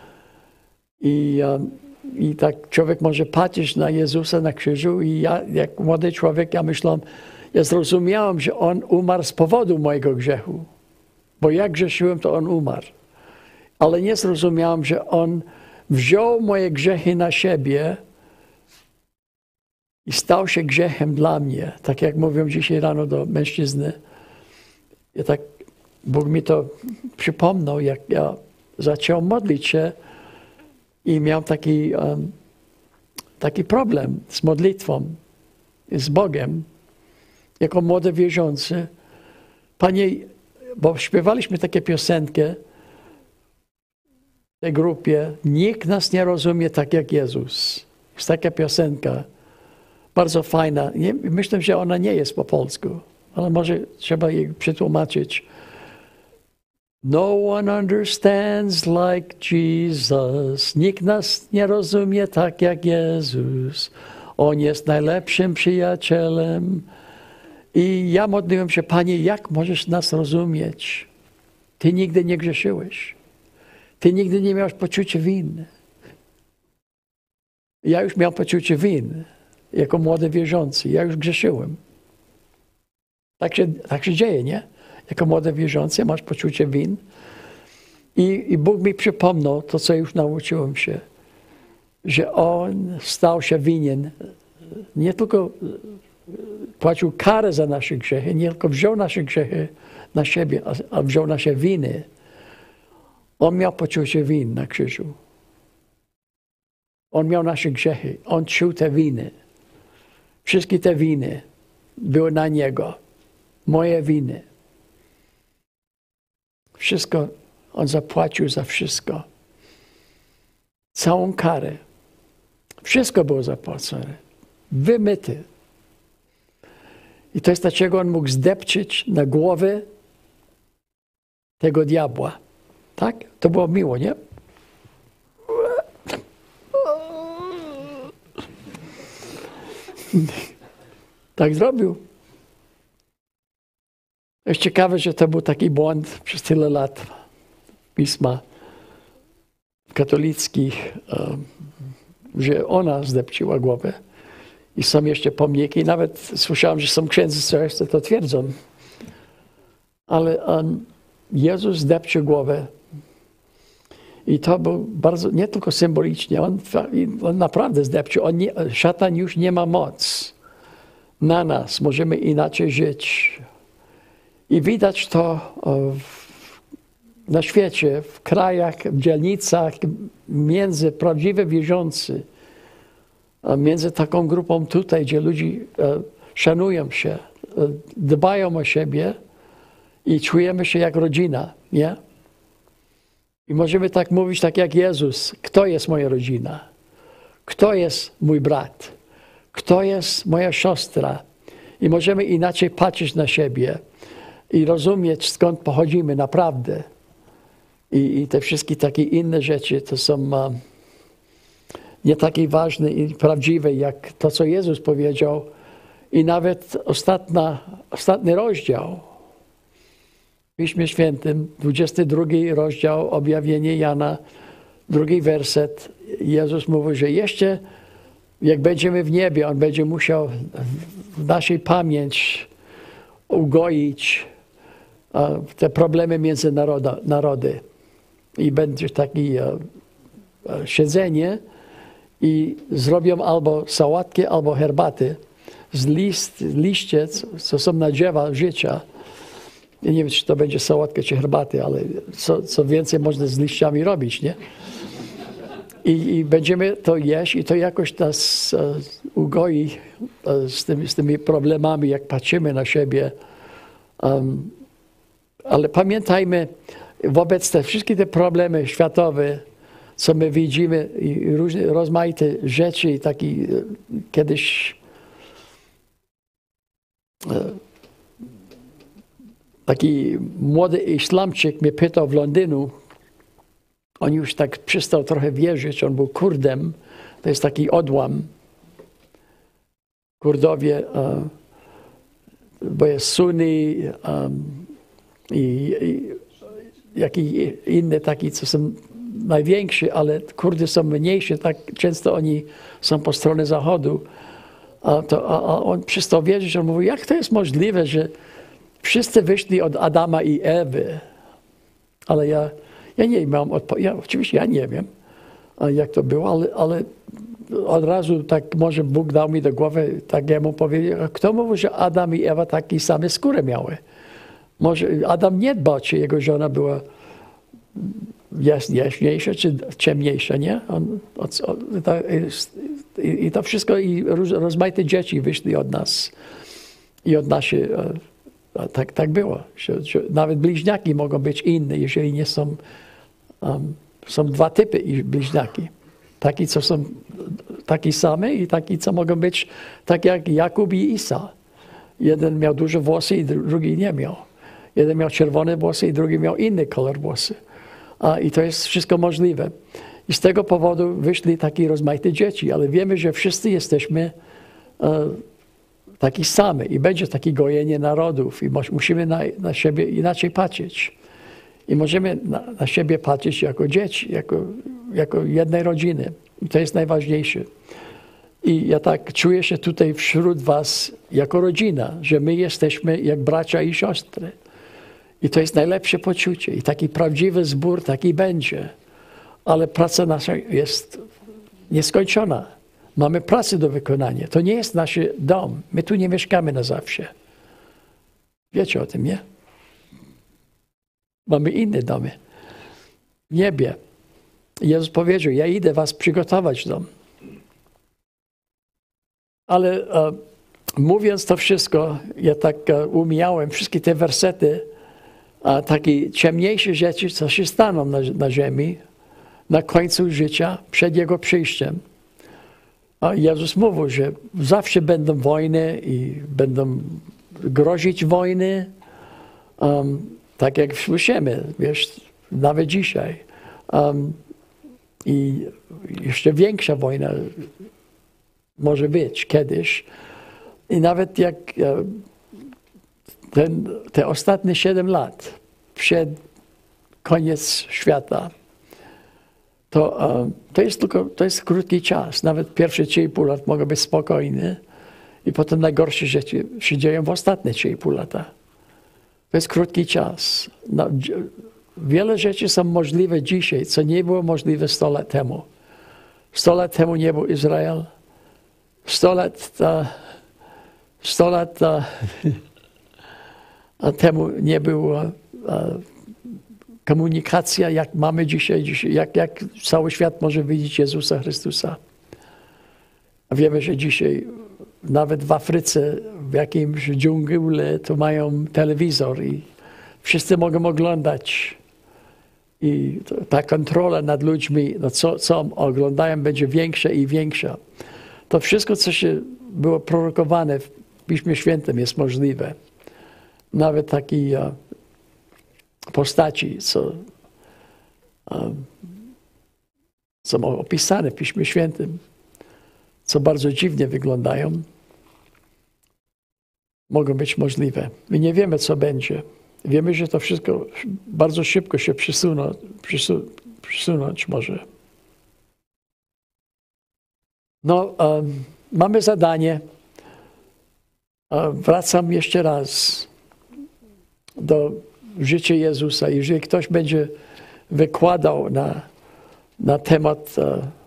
I tak człowiek może patrzeć na Jezusa na krzyżu i ja, jak młody człowiek, ja zrozumiałem, że On umarł z powodu mojego grzechu. Bo jak grzeszyłem, to On umarł. Ale nie zrozumiałem, że On wziął moje grzechy na siebie i stał się grzechem dla mnie. Tak jak mówiłem dzisiaj rano do mężczyzny. Ja tak, Bóg mi to przypomniał, jak ja zacząłem modlić się i miałem taki problem z modlitwą, z Bogiem, jako młody wierzący. Panie, bo śpiewaliśmy takie piosenkę w tej grupie, nikt nas nie rozumie tak jak Jezus. Jest taka piosenka, bardzo fajna. Myślę, że ona nie jest po polsku, ale może trzeba jej przetłumaczyć. No one understands like Jesus. Nikt nas nie rozumie tak jak Jezus. On jest najlepszym przyjacielem. I ja modliłem się, Panie, jak możesz nas rozumieć? Ty nigdy nie grzeszyłeś. Ty nigdy nie miałeś poczucia winy. Ja już miałem poczucie winy jako młody wierzący. Ja już grzeszyłem. Tak się dzieje, nie? Jako młody wierzący masz poczucie win. I Bóg mi przypomniał to, co już nauczyłem się, że On stał się winien. Nie tylko płacił karę za nasze grzechy, nie tylko wziął nasze grzechy na siebie, a wziął nasze winy. On miał poczucie win na krzyżu. On miał nasze grzechy. On czuł te winy. Wszystkie te winy były na Niego. Moje winy. Wszystko On zapłacił za wszystko. Całą karę. Wszystko było zapłacone. Wymyty. I to jest dlaczego On mógł zdepczyć na głowę tego diabła. Tak? To było miło, nie? Tak zrobił. Jest ciekawe, że to był taki błąd przez tyle lat pisma katolickich, że ona zdepczyła głowę. I są jeszcze pomniki. Nawet słyszałem, że są księdzy, co jeszcze to twierdzą. Ale Jezus zdepczył głowę. I to był bardzo, nie tylko symbolicznie, on naprawdę zdepczył. Szatan już nie ma mocy na nas. Możemy inaczej żyć. I widać to na świecie, w krajach, w dzielnicach, między prawdziwie wierzący, między taką grupą tutaj, gdzie ludzie szanują się, dbają o siebie i czujemy się jak rodzina, nie? I możemy tak mówić, tak jak Jezus. Kto jest moja rodzina? Kto jest mój brat? Kto jest moja siostra? I możemy inaczej patrzeć na siebie i rozumieć, skąd pochodzimy naprawdę. I te wszystkie takie inne rzeczy to są nie takie ważne i prawdziwe, jak to, co Jezus powiedział. I nawet ostatni rozdział w Piśmie Świętym, 22 rozdział Objawienie Jana, 2 werset. Jezus mówi, że jeszcze jak będziemy w niebie, On będzie musiał w naszej pamięć ugoić te problemy między narody. I będzie takie siedzenie i zrobią albo sałatkę, albo herbaty z liście, co są na drzewa życia. Ja nie wiem, czy to będzie sałatka, czy herbaty, ale co więcej można z liściami robić, nie? I będziemy to jeść i to jakoś nas ugoi z tymi problemami, jak patrzymy na siebie. Ale pamiętajmy, wobec te wszystkie te problemy światowe, co my widzimy, i różne rozmaite rzeczy, taki kiedyś taki młody islamczyk mnie pytał w Londynu, on już tak przestał trochę wierzyć, on był Kurdem, to jest taki odłam. Kurdowie, bo jest Sunni i inne takie, co są największe, ale Kurdy są mniejsze, tak często oni są po stronie zachodu. A on przestał wierzyć, on mówi, jak to jest możliwe, że wszyscy wyszli od Adama i Ewy. Ale ja nie mam odpowiedzi. Oczywiście ja nie wiem, jak to było, ale od razu tak może Bóg dał mi do głowy, tak ja mu powiedział, kto mówi, że Adam i Ewa takie same skóry miały? Może Adam nie dbał, czy jego żona była jaśniejsza, czy ciemniejsza, nie? I to wszystko, i rozmaite dzieci wyszli od nas i od naszej. Tak było. Że nawet bliźniaki mogą być inne, jeżeli nie są. Są dwa typy bliźniaki. Taki, co są takie same i taki, co mogą być tak jak Jakub i Isa. Jeden miał duże włosy i drugi nie miał. Jeden miał czerwone włosy i drugi miał inny kolor włosy. I to jest wszystko możliwe. I z tego powodu wyszli takie rozmaite dzieci, ale wiemy, że wszyscy jesteśmy taki samy i będzie takie gojenie narodów i musimy na siebie inaczej patrzeć. I możemy na siebie patrzeć jako dzieci, jako jednej rodziny. I to jest najważniejsze. I ja tak czuję się tutaj wśród was jako rodzina, że my jesteśmy jak bracia i siostry. I to jest najlepsze poczucie. I taki prawdziwy zbór taki będzie. Ale praca nasza jest nieskończona. Mamy pracę do wykonania. To nie jest nasz dom. My tu nie mieszkamy na zawsze. Wiecie o tym, nie? Mamy inne domy. W niebie. Jezus powiedział, ja idę was przygotować dom. Ale mówiąc to wszystko, ja tak umiałem wszystkie te wersety, takie ciemniejsze rzeczy, co się staną na ziemi, na końcu życia, przed Jego przyjściem. A Jezus mówił, że zawsze będą wojny i będą grozić wojny, tak jak słyszymy, wiesz, nawet dzisiaj. I jeszcze większa wojna może być kiedyś. I nawet jak te ostatnie 7 lat przed koniec świata, to jest krótki czas. Nawet pierwsze 3,5 lat mogą być spokojne i potem najgorsze rzeczy się dzieją w ostatnie 3,5 lata. To jest krótki czas. Wiele rzeczy są możliwe dzisiaj, co nie było możliwe 100 lat temu. 100 lat temu nie był Izrael. 100 lat temu nie była komunikacja, jak mamy dzisiaj, jak cały świat może widzieć Jezusa Chrystusa. A wiemy, że dzisiaj nawet w Afryce, w jakimś dżungli, to mają telewizor i wszyscy mogą oglądać. I ta kontrola nad ludźmi, no co oglądają, będzie większa i większa. To wszystko, co się było prorokowane w Piśmie Świętym, jest możliwe. Nawet takie postaci, co są opisane w Piśmie Świętym, co bardzo dziwnie wyglądają, mogą być możliwe. My nie wiemy, co będzie. Wiemy, że to wszystko bardzo szybko się przesunąć może. No, mamy zadanie. Wracam jeszcze raz do życia Jezusa. Jeżeli ktoś będzie wykładał na temat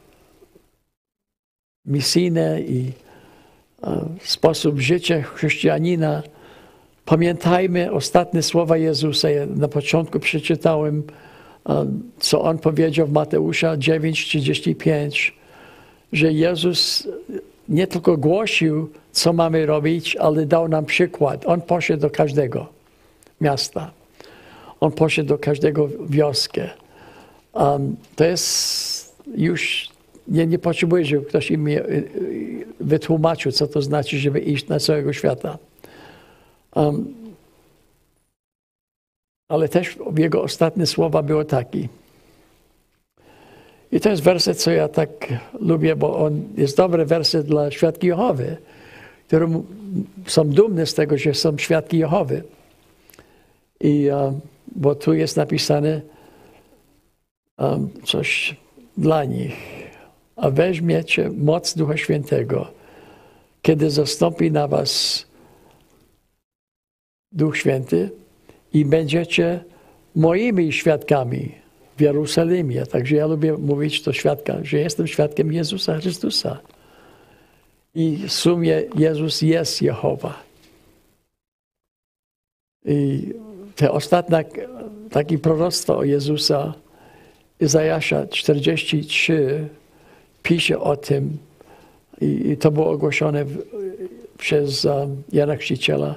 misyjny i sposób życia chrześcijanina, pamiętajmy ostatnie słowa Jezusa. Ja na początku przeczytałem, co On powiedział w Mateusza 9:35, że Jezus nie tylko głosił, co mamy robić, ale dał nam przykład. On poszedł do każdego miasta. On poszedł do każdego wioskę. To jest już, nie potrzebuję, żeby ktoś mi wytłumaczył, co to znaczy, żeby iść na całego świata. Ale też jego ostatnie słowa były takie. I to jest werset, co ja tak lubię, bo on jest dobry werset dla świadków Jehowy, które są dumne z tego, że są świadki Jehowy. Bo tu jest napisane coś dla nich. A weźmiecie moc Ducha Świętego, kiedy zastąpi na was Duch Święty i będziecie moimi świadkami w Jeruzalimie. Także ja lubię mówić to świadka, że jestem świadkiem Jezusa Chrystusa. I w sumie Jezus jest Jehowa. I te ostatnie takie proroctwo o Jezusa, Izajasza 43, pisze o tym i to było ogłoszone przez Jana Chrzciciela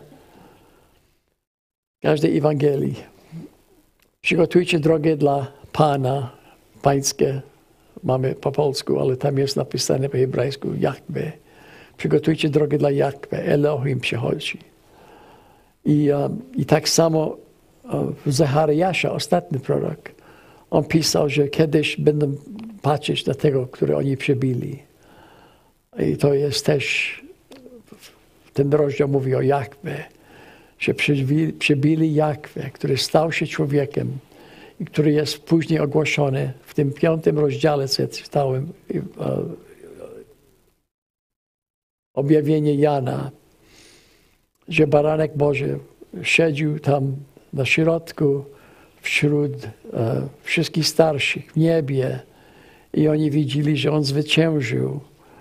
w każdej Ewangelii. Przygotujcie drogę dla Pana, pańskie, mamy po polsku, ale tam jest napisane po hebrajsku Jahwe. Przygotujcie drogę dla Jahwe, Elohim przychodzi. I tak samo w Zachariasza, ostatni prorok, on pisał, że kiedyś będą patrzeć na tego, który oni przebili. I to jest też, ten rozdział mówi o Jahwe, że przebili Jahwe, który stał się człowiekiem i który jest później ogłoszony w tym 5 rozdziale, co ja czytałem, objawienie Jana, że baranek Boży siedział tam na środku wśród wszystkich starszych w niebie i oni widzieli, że on zwyciężył.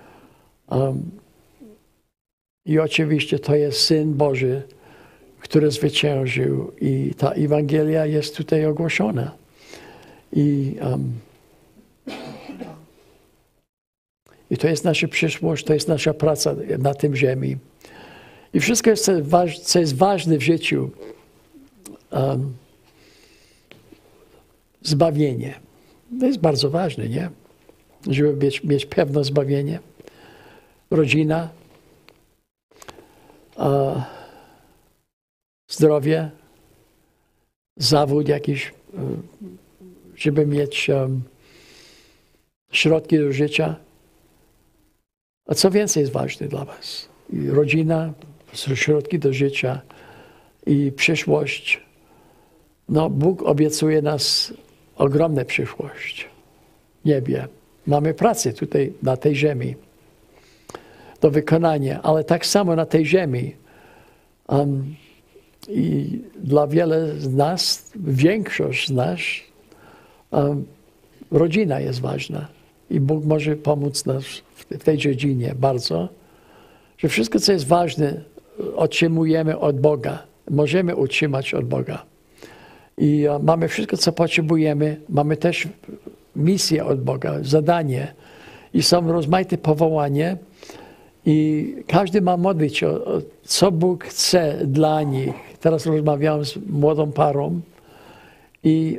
I oczywiście to jest Syn Boży, który zwyciężył i ta Ewangelia jest tutaj ogłoszona. I to jest nasza przyszłość, to jest nasza praca na tym ziemi. I wszystko, jest, co jest ważne w życiu, zbawienie. To jest bardzo ważne, nie? Żeby mieć pewne zbawienie. Rodzina, zdrowie, zawód jakiś, żeby mieć środki do życia. A co więcej jest ważne dla was? I rodzina, środki do życia i przyszłość. No, Bóg obiecuje nas ogromną przyszłość w niebie. Mamy pracę tutaj na tej ziemi do wykonania, ale tak samo na tej ziemi. I dla wiele z nas, większość z nas, rodzina jest ważna. I Bóg może pomóc nas w tej dziedzinie bardzo, że wszystko, co jest ważne, otrzymujemy od Boga. Możemy otrzymać od Boga. I mamy wszystko, co potrzebujemy. Mamy też misję od Boga, zadanie. I są rozmaite powołania. I każdy ma modlić się, co Bóg chce dla nich. Teraz rozmawiałem z młodą parą i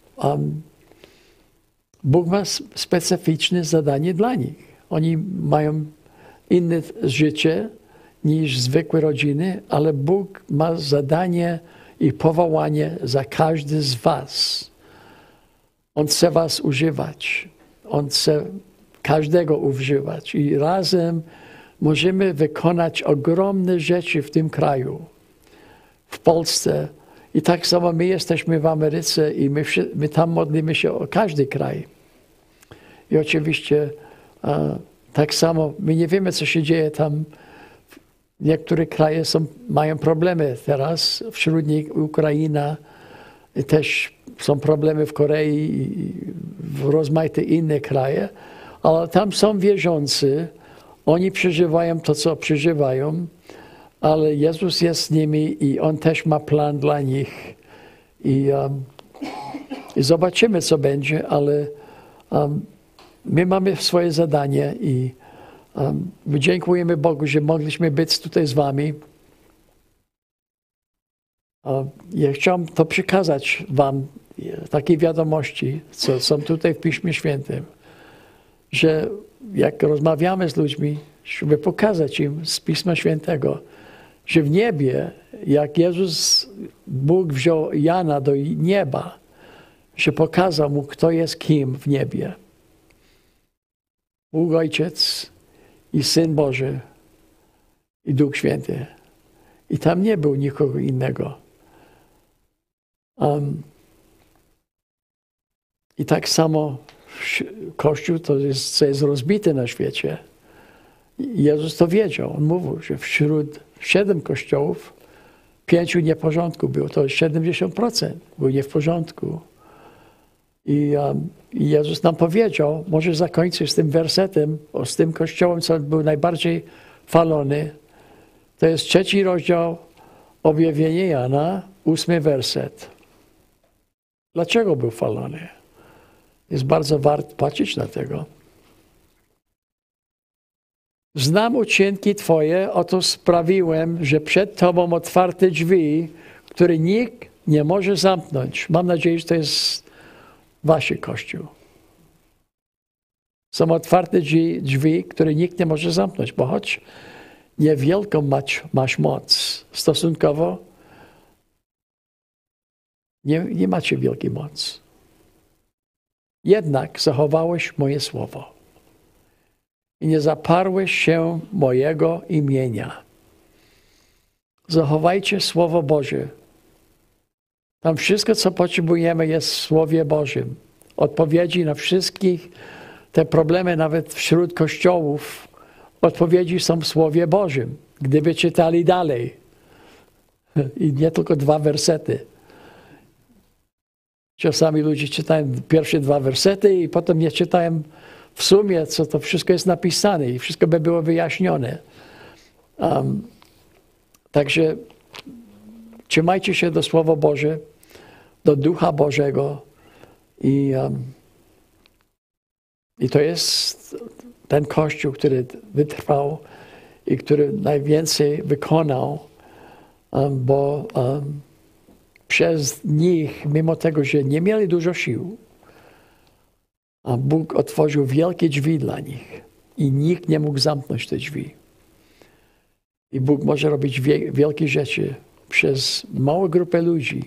Bóg ma specyficzne zadanie dla nich. Oni mają inne życie niż zwykłe rodziny, ale Bóg ma zadanie i powołanie za każdy z was. On chce was używać. On chce każdego używać. I razem możemy wykonać ogromne rzeczy w tym kraju, w Polsce. I tak samo my jesteśmy w Ameryce i my tam modlimy się o każdy kraj. I oczywiście tak samo my nie wiemy, co się dzieje tam. Niektóre kraje mają problemy teraz, wśród nich Ukraina, też są problemy w Korei i w rozmaite inne kraje, ale tam są wierzący, oni przeżywają to, co przeżywają, ale Jezus jest z nimi i On też ma plan dla nich. I zobaczymy, co będzie, ale my mamy swoje zadanie i dziękujemy Bogu, że mogliśmy być tutaj z wami. Ja chciałem to przekazać wam, takie wiadomości, co są tutaj w Piśmie Świętym, że jak rozmawiamy z ludźmi, żeby pokazać im z Pisma Świętego, że w niebie, jak Jezus, Bóg wziął Jana do nieba, że pokazał mu, kto jest kim w niebie. Bóg Ojciec i Syn Boży i Duch Święty. I tam nie był nikogo innego. I tak samo Kościół to jest, co jest rozbite na świecie. Jezus to wiedział. On mówił, że wśród 7 kościołów 5 nie w porządku było. To 70% było nie w porządku. I Jezus nam powiedział, może zakończyć z tym wersetem, z tym kościołem, co był najbardziej falony. To jest 3 rozdział Objawienia Jana, 8 werset. Dlaczego był falony? Jest bardzo wart patrzeć na tego. Znam uczynki Twoje, oto sprawiłem, że przed Tobą otwarte drzwi, które nikt nie może zamknąć. Mam nadzieję, że to jest Wasz Kościół. Są otwarte drzwi, które nikt nie może zamknąć, bo choć niewielką masz moc, stosunkowo nie macie wielkiej mocy. Jednak zachowałeś moje słowo i nie zaparłeś się mojego imienia. Zachowajcie Słowo Boże, Tam wszystko, co potrzebujemy, jest w Słowie Bożym. Odpowiedzi na wszystkich te problemy, nawet wśród kościołów, odpowiedzi są w Słowie Bożym. Gdyby czytali dalej. I nie tylko 2 wersety. Czasami ludzie czytają pierwsze 2 wersety i potem nie czytają w sumie, co to wszystko jest napisane i wszystko by było wyjaśnione. Także trzymajcie się do Słowa Boże, do Ducha Bożego i to jest ten Kościół, który wytrwał i który najwięcej wykonał, bo przez nich, mimo tego, że nie mieli dużo sił, a Bóg otworzył wielkie drzwi dla nich i nikt nie mógł zamknąć te drzwi. I Bóg może robić wielkie rzeczy przez małą grupę ludzi.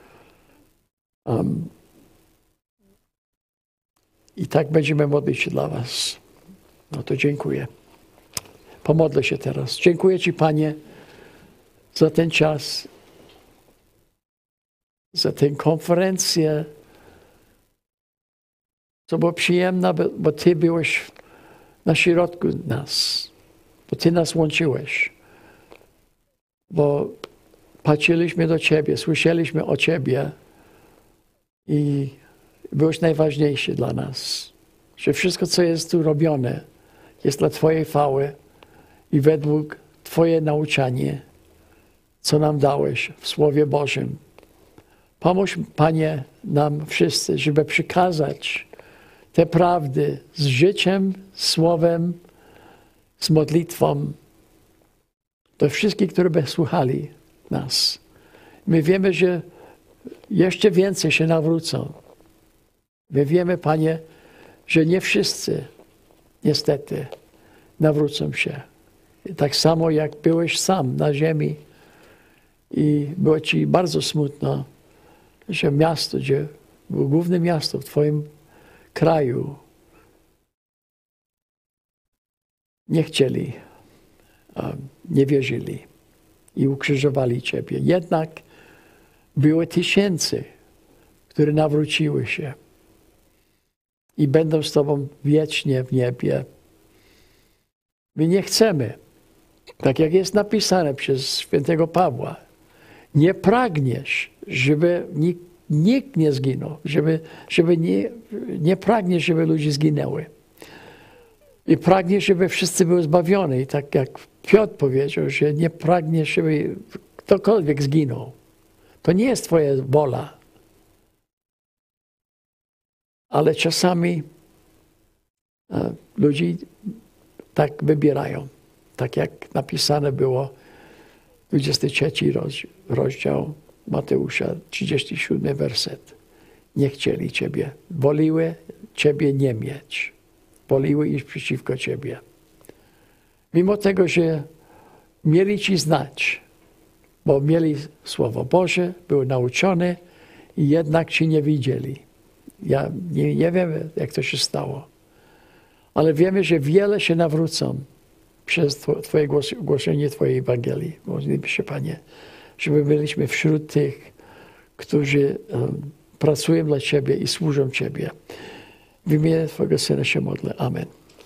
I tak będziemy modlić się dla was. No to dziękuję. Pomodlę się teraz. Dziękuję Ci, Panie, za ten czas, za tę konferencję, co było przyjemne, bo Ty byłeś na środku nas, bo Ty nas łączyłeś, bo patrzyliśmy do Ciebie, słyszeliśmy o Ciebie i byłeś najważniejszy dla nas, że wszystko, co jest tu robione, jest dla Twojej chwały i według Twoje nauczanie, co nam dałeś w Słowie Bożym. Pomóż, Panie, nam wszyscy, żeby przekazać te prawdy z życiem, słowem, z modlitwą do wszystkich, którzy by słuchali nas. My wiemy, że jeszcze więcej się nawrócą. My wiemy, Panie, że nie wszyscy, niestety, nawrócą się. Tak samo jak byłeś sam na ziemi i było Ci bardzo smutno, że miasto, gdzie było główne miasto w Twoim kraju, nie chcieli, nie wierzyli i ukrzyżowali Ciebie. Jednak było tysięcy, które nawróciły się i będą z Tobą wiecznie w niebie. My nie chcemy, tak jak jest napisane przez świętego Pawła, nie pragniesz, żeby nikt nie zginął, nie pragniesz, żeby ludzie zginęły. I pragniesz, żeby wszyscy byli zbawieni. I tak jak Piotr powiedział, że nie pragniesz, żeby ktokolwiek zginął. To nie jest Twoja wola. Ale czasami ludzie tak wybierają. Tak jak napisane było 23 rozdział Mateusza, 37 werset. Nie chcieli Ciebie. Woliły Ciebie nie mieć. Woliły iść przeciwko Ciebie. Mimo tego, że mieli Ci znać, bo mieli Słowo Boże, były nauczone i jednak Ci nie widzieli. Ja nie wiem, jak to się stało. Ale wiemy, że wiele się nawrócą przez Twoje głoszenie Twojej Ewangelii. Modlimy się, Panie, żeby byliśmy wśród tych, którzy pracują dla Ciebie i służą Ciebie. W imię Twojego Syna się modlę. Amen.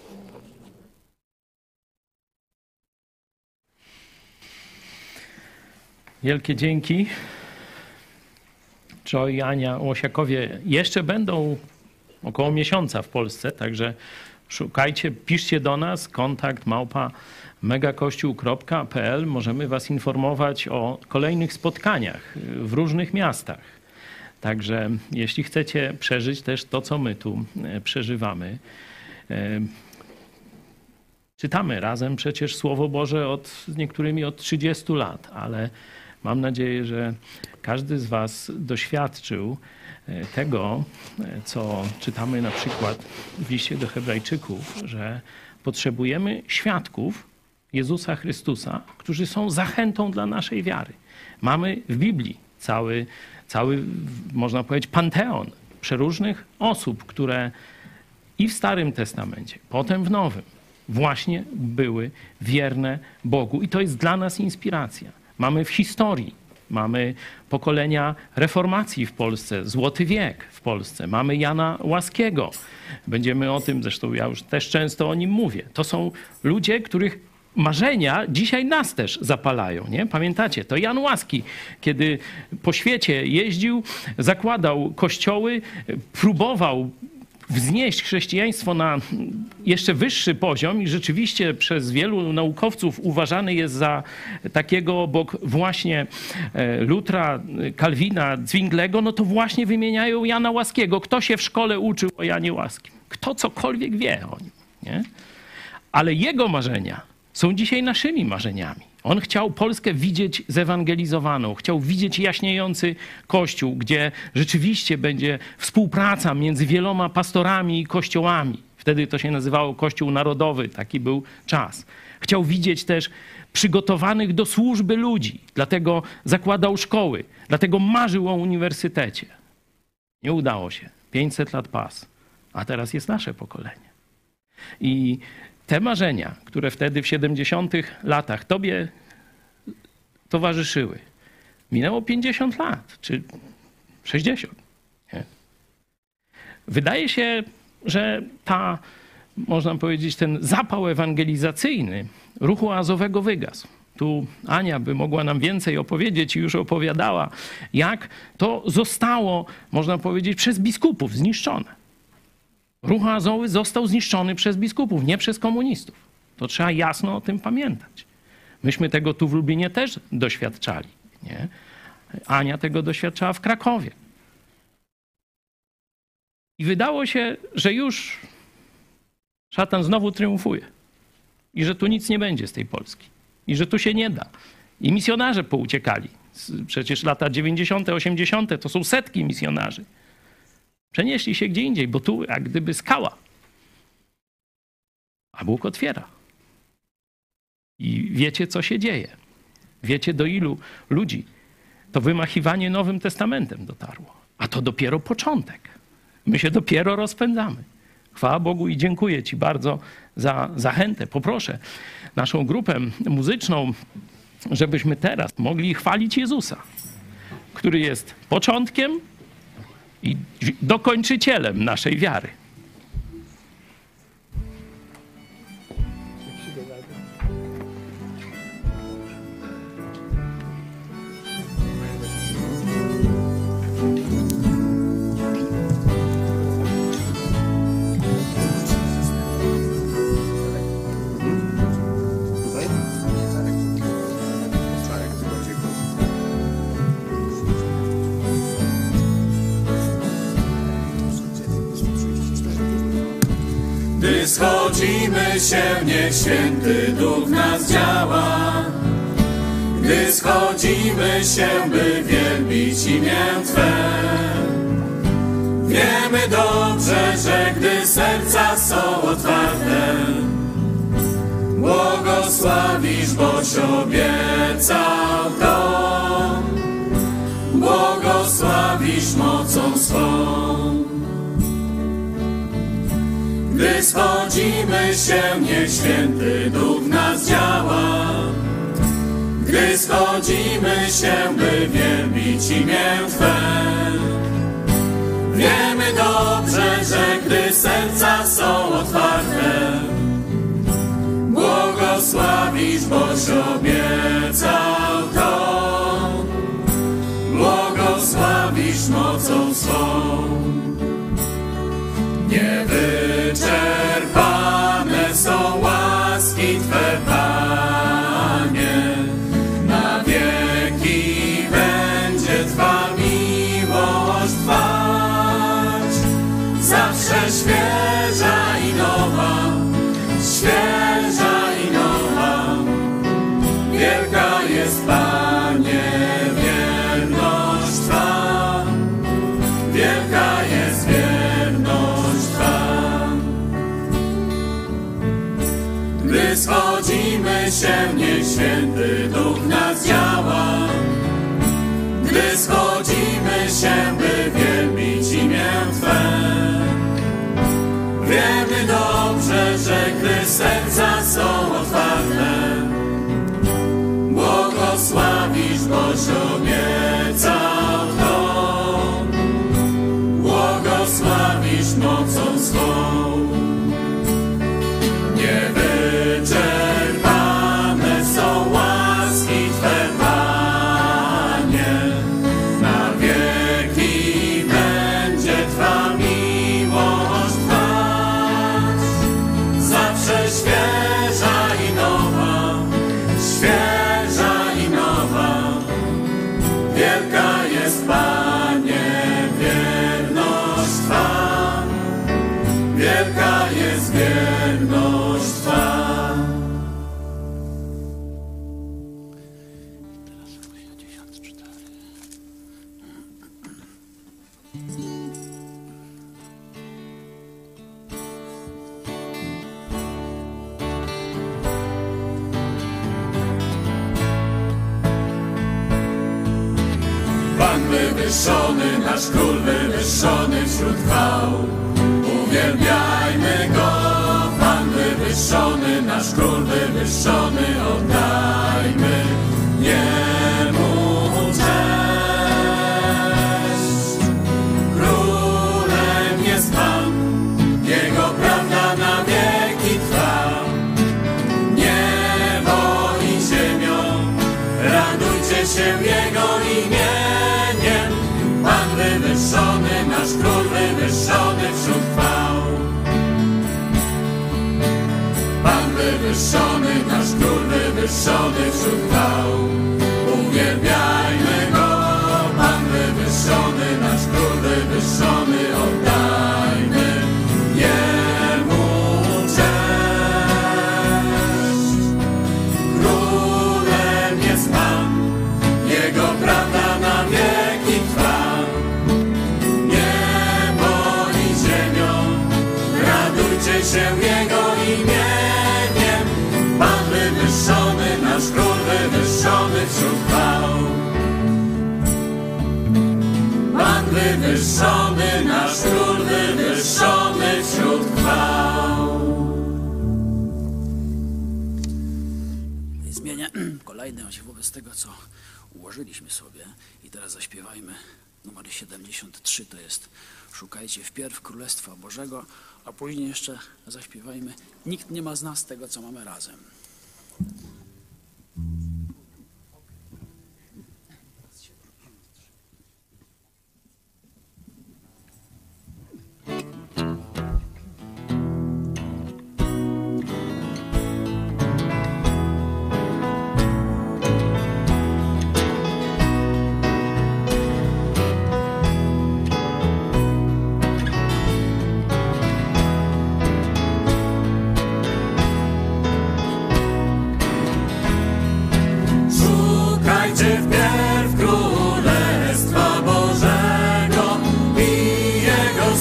Wielkie dzięki. Joy i Ania Łosiakowie jeszcze będą około miesiąca w Polsce, także szukajcie, piszcie do nas, kontakt @megakościół.pl. Możemy was informować o kolejnych spotkaniach w różnych miastach. Także jeśli chcecie przeżyć też to, co my tu przeżywamy, czytamy razem przecież Słowo Boże z niektórymi od 30 lat, ale mam nadzieję, że każdy z was doświadczył tego, co czytamy na przykład w liście do Hebrajczyków, że potrzebujemy świadków Jezusa Chrystusa, którzy są zachętą dla naszej wiary. Mamy w Biblii cały, można powiedzieć, panteon przeróżnych osób, które i w Starym Testamencie, potem w Nowym, właśnie były wierne Bogu. I to jest dla nas inspiracja. Mamy w historii Mamy pokolenia reformacji w Polsce, Złoty Wiek w Polsce. Mamy Jana Łaskiego. Będziemy o tym, zresztą ja już też często o nim mówię. To są ludzie, których marzenia dzisiaj nas też zapalają, nie? Pamiętacie, to Jan Łaski, kiedy po świecie jeździł, zakładał kościoły, próbował wznieść chrześcijaństwo na jeszcze wyższy poziom i rzeczywiście przez wielu naukowców uważany jest za takiego obok właśnie Lutra, Kalwina, Zwinglego, no to właśnie wymieniają Jana Łaskiego. Kto się w szkole uczył o Janie Łaskim? Kto cokolwiek wie o nim, nie? Ale jego marzenia są dzisiaj naszymi marzeniami. On chciał Polskę widzieć zewangelizowaną, chciał widzieć jaśniejący Kościół, gdzie rzeczywiście będzie współpraca między wieloma pastorami i kościołami. Wtedy to się nazywało Kościół Narodowy, taki był czas. Chciał widzieć też przygotowanych do służby ludzi, dlatego zakładał szkoły, dlatego marzył o uniwersytecie. Nie udało się. 500 lat pas, a teraz jest nasze pokolenie. I te marzenia, które wtedy w 70 latach tobie towarzyszyły, minęło 50 lat, czy 60. Nie? Wydaje się, że można powiedzieć, ten zapał ewangelizacyjny ruchu oazowego wygasł. Tu Ania by mogła nam więcej opowiedzieć i już opowiadała, jak to zostało, można powiedzieć, przez biskupów zniszczone. Ruch oazowy został zniszczony przez biskupów, nie przez komunistów. To trzeba jasno o tym pamiętać. Myśmy tego tu w Lublinie też doświadczali. Nie? Ania tego doświadczała w Krakowie. I wydało się, że już szatan znowu triumfuje. I że tu nic nie będzie z tej Polski. I że tu się nie da. I misjonarze pouciekali. Przecież lata 90., 80. to są setki misjonarzy. Przenieśli się gdzie indziej, bo tu jak gdyby skała. A Bóg otwiera. I wiecie, co się dzieje. Wiecie, do ilu ludzi to wymachiwanie Nowym Testamentem dotarło. A to dopiero początek. My się dopiero rozpędzamy. Chwała Bogu i dziękuję Ci bardzo za zachętę. Poproszę naszą grupę muzyczną, żebyśmy teraz mogli chwalić Jezusa, który jest początkiem i dokończycielem naszej wiary. Gdy schodzimy się, niech Święty Duch nas działa. Gdy schodzimy się, by wielbić imię Twe. Wiemy dobrze, że gdy serca są otwarte, błogosławisz, boś obiecał to. Błogosławisz mocą swą. Gdy schodzimy się, niech Święty Duch nas działa. Gdy schodzimy się, by wielbić imię Twe. Wiemy dobrze, że gdy serca są otwarte, błogosławisz, boś obiecał to. Błogosławisz mocą swą. Niewyczerpane są łaski Twe, Panie. Na wieki będzie Twa miłość trwać. Zawsze świeża i nowa, świeża i nowa. Wielka jest, Panie, wierność Twa. Wielka jest wierność Twa. Gdy schodzimy się, niech Święty Duch nas działa. Gdy schodzimy się, by wielbić imię Twe. Wiemy dobrze, że gdy serca są otwarte, błogosławisz, boś obiecał Pan wywyższony, nasz król wywyższony wśród chwał. Uwielbiajmy go, Pan wywyższony, nasz król wywyższony, oddajmy Jemu cześć. Królem jest Pan, Jego prawda na wieki trwa. Niebo i ziemią, radujcie się Jego imieniem. Pan wywyższony, nasz król wywyższony wśród chwał. Pan wywyższony, nasz król wywyższony wśród chwał. Uwielbiajmy go, Pan wywyższony, nasz król wywyższony, oddajmy Jemu cześć. Królem jest Pan, Jego prawda na wieki trwa. Niebo i ziemią, radujcie się Jego imieniem. Pan wywyższony, nasz król wywyższony wśród chwał. Pan wywyższony, nasz król wywyższony wśród chwał. Zmienię kolejność wobec tego, co ułożyliśmy sobie. I teraz zaśpiewajmy numer 73, to jest Szukajcie wpierw Królestwa Bożego, a później jeszcze zaśpiewajmy Nikt nie ma z nas tego, co mamy razem. Szukajcie wpierw Królestwa Bożego i Jego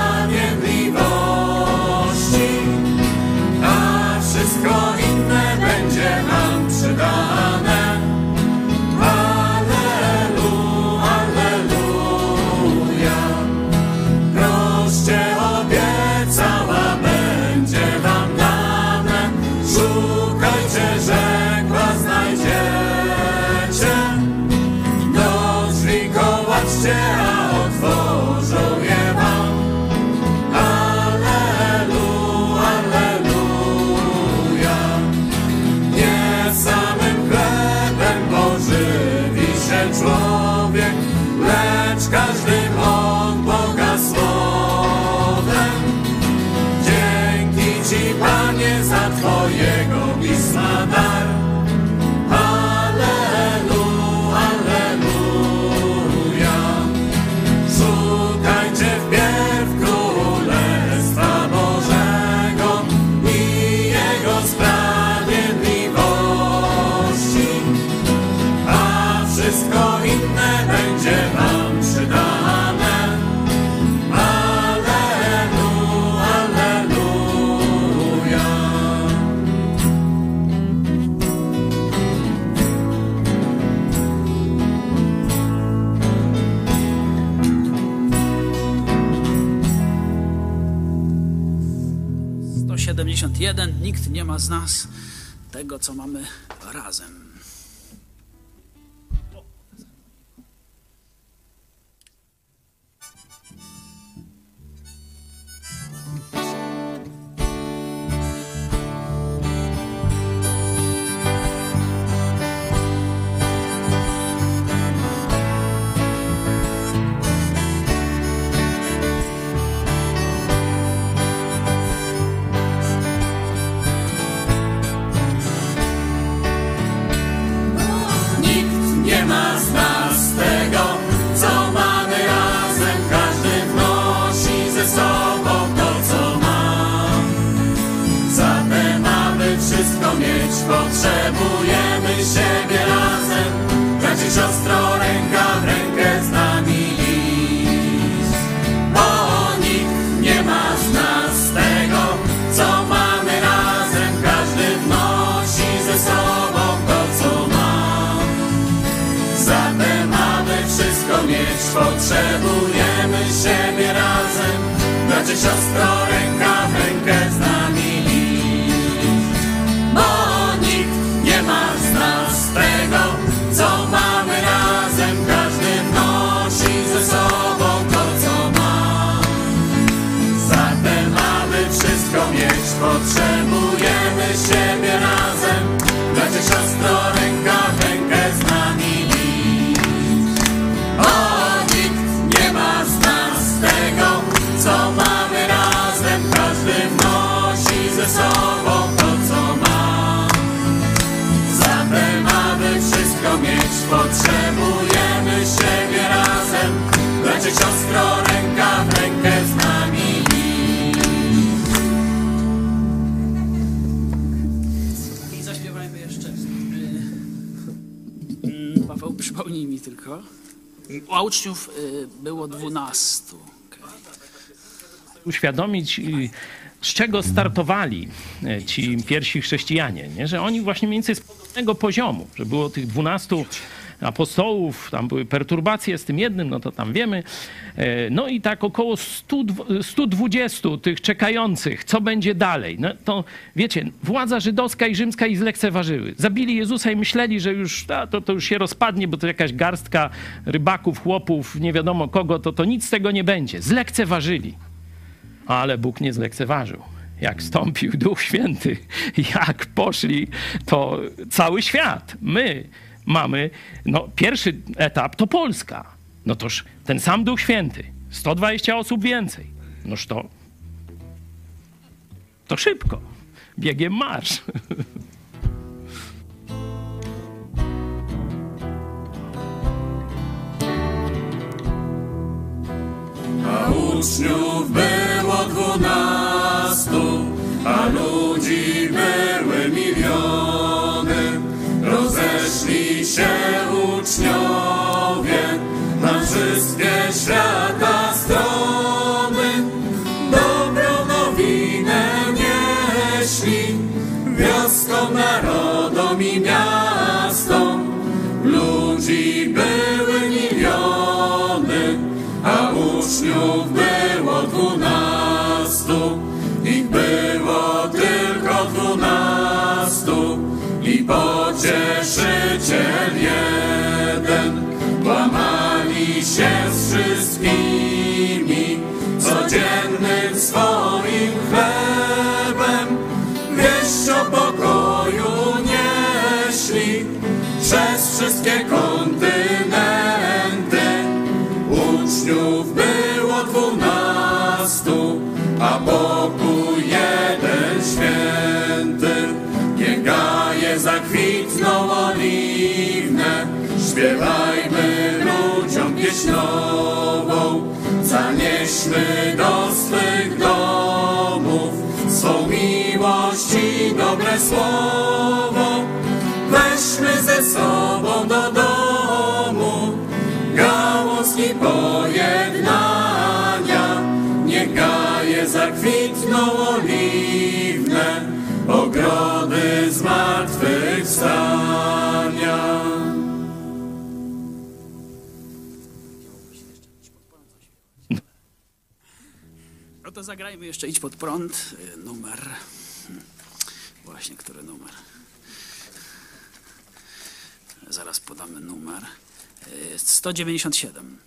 sprawiedliwości, a wszystko inne będzie wam przydane. Alleluja, alleluja. Proście, obiecała będzie wam dane. Szukajcie, rzekła, znajdziecie. Do drzwi kołaczcie, a otworzą je wam. Alleluja, alleluja. Nie samym chlebem pożywi się człowiek, lecz każdym od Boga słowem. Dzięki Ci, Panie, za Twojego pisma dar. Alleluja, alleluja. Szukajcie wpierw Królestwa Bożego i Jego sprawiedliwości, a wszystko inne będzie wam przydane. Alleluja, alleluja. 171. Nikt nie ma z nas tego, co mamy razem. potrzebujemy siebie razem. Bracie, siostro, ręka w rękę z nami iść. Bo nikt nie ma z nas tego, co mamy razem. Każdy wnosi ze sobą to, co ma. Zatem, aby wszystko mieć, potrzebujemy siebie razem. Bracie, siostro, ręka w rękę z nami iść. O, nikt nie ma z nas tego, co mamy razem. Każdy wnosi ze sobą to, co ma. Zatem, aby wszystko mieć, potrzebujemy siebie razem. Bracie, siostro, ręka w rękę z nami iść. I zaśpiewajmy jeszcze. Paweł, przypomnij mi tylko. A uczniów było 12. Uświadomić, z czego startowali ci pierwsi chrześcijanie, nie? Że oni właśnie mniej więcej z podobnego poziomu, że było tych 12 apostołów, tam były perturbacje z tym jednym, no to tam wiemy. No i tak około 120 tych czekających, co będzie dalej. No to wiecie, władza żydowska i rzymska ich zlekceważyły. Zabili Jezusa i myśleli, że już to już się rozpadnie, bo to jakaś garstka rybaków, chłopów, nie wiadomo kogo, to nic z tego nie będzie. Zlekceważyli. Ale Bóg nie zlekceważył. Jak stąpił Duch Święty, jak poszli, to cały świat. My mamy, pierwszy etap to Polska. No toż ten sam Duch Święty, 120 osób więcej. Noż to szybko, biegiem marsz. A uczniów było 12, a ludzi były miliony. Rozeszli się uczniowie na wszystkie świata strony. Dobrą nowinę nieśli wioskom, narodom i miastom. Ludzi były miliony, a uczniów było 12. Ich było tylko 12 i pocieszyciel jeden. Łamali się z wszystkimi codziennym swoim chlebem. Wieść o pokoju nieśli przez wszystkie kontynenty. Uczniów było 12, a pokój jeden święty. Niech gaje zakwitną oliwne, śpiewajmy ludziom pieśń nową. Zanieśmy do swych domów swą miłość i dobre słowo. Weźmy ze sobą do domu gałązki pojednania. Niech gaje zakwitną oliwne, ogrody zmartwychwstania. No to zagrajmy jeszcze Idź pod prąd. Numer. Właśnie, który numer? Zaraz podamy numer. 197.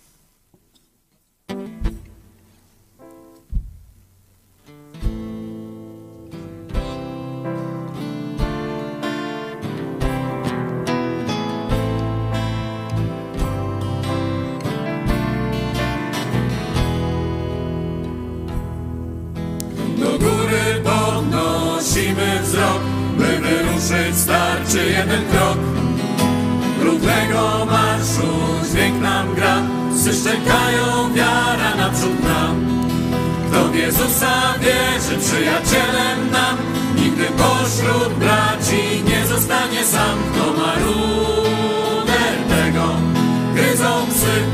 Do góry podnosimy wzrok, by wyruszyć starczy jeden krok. Brudnego marszu dźwięk nam gra, psy szczekają, wiara naprzód nam. Kto w Jezusa wierzy, przyjacielem nam, nigdy pośród braci nie zostanie sam. Kto ma ruder, tego gryzą psy.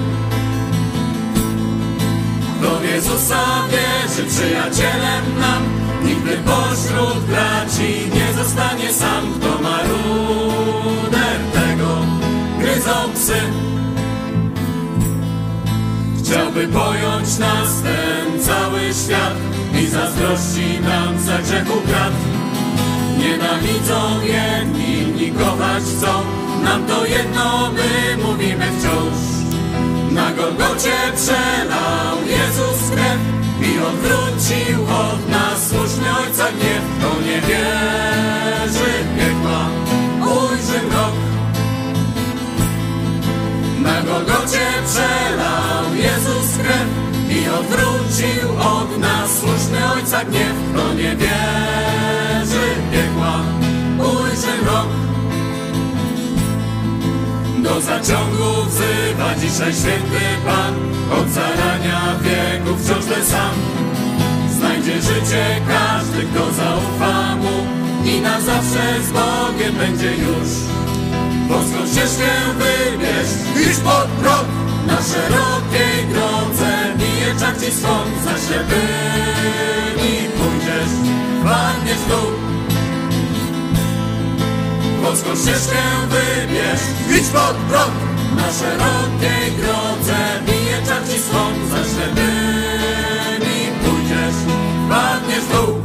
Kto w Jezusa wierzy, przyjacielem nam, nigdy pośród braci nie zostanie sam. Kto ma ruder, tego gryzą psy. Chciałby pojąć nas ten cały świat i zazdrości nam za grzechu brat. Nienawidzą jedni, inni kochać chcą, nam to jedno my mówimy wciąż. Na Golgocie przelał Jezus krew i odwrócił od nas słuszny Ojca gniew. Kto nie wierzy w piekła, ujrzy mrok. Na Golgocie przelał Jezus krew i odwrócił od nas słuszny Ojca gniew. Kto nie wierzy w piekła, ujrzy mrok. Do zaciągu wzywa dzisiaj święty Pan, od zarania wieków wciąż ten sam. Znajdzie życie każdy, kto zaufa Mu i na zawsze z Bogiem będzie już. Boską ścieżkę wybierz, idź pod próg. Na szerokiej drodze bije czak ci swąd. Za ślepymi pójdziesz, wpadniesz w dół. Boską ścieżkę wybierz, idź pod próg. Na szerokiej drodze bije czak ci swąd. Za ślepymi pójdziesz, wpadniesz w dół.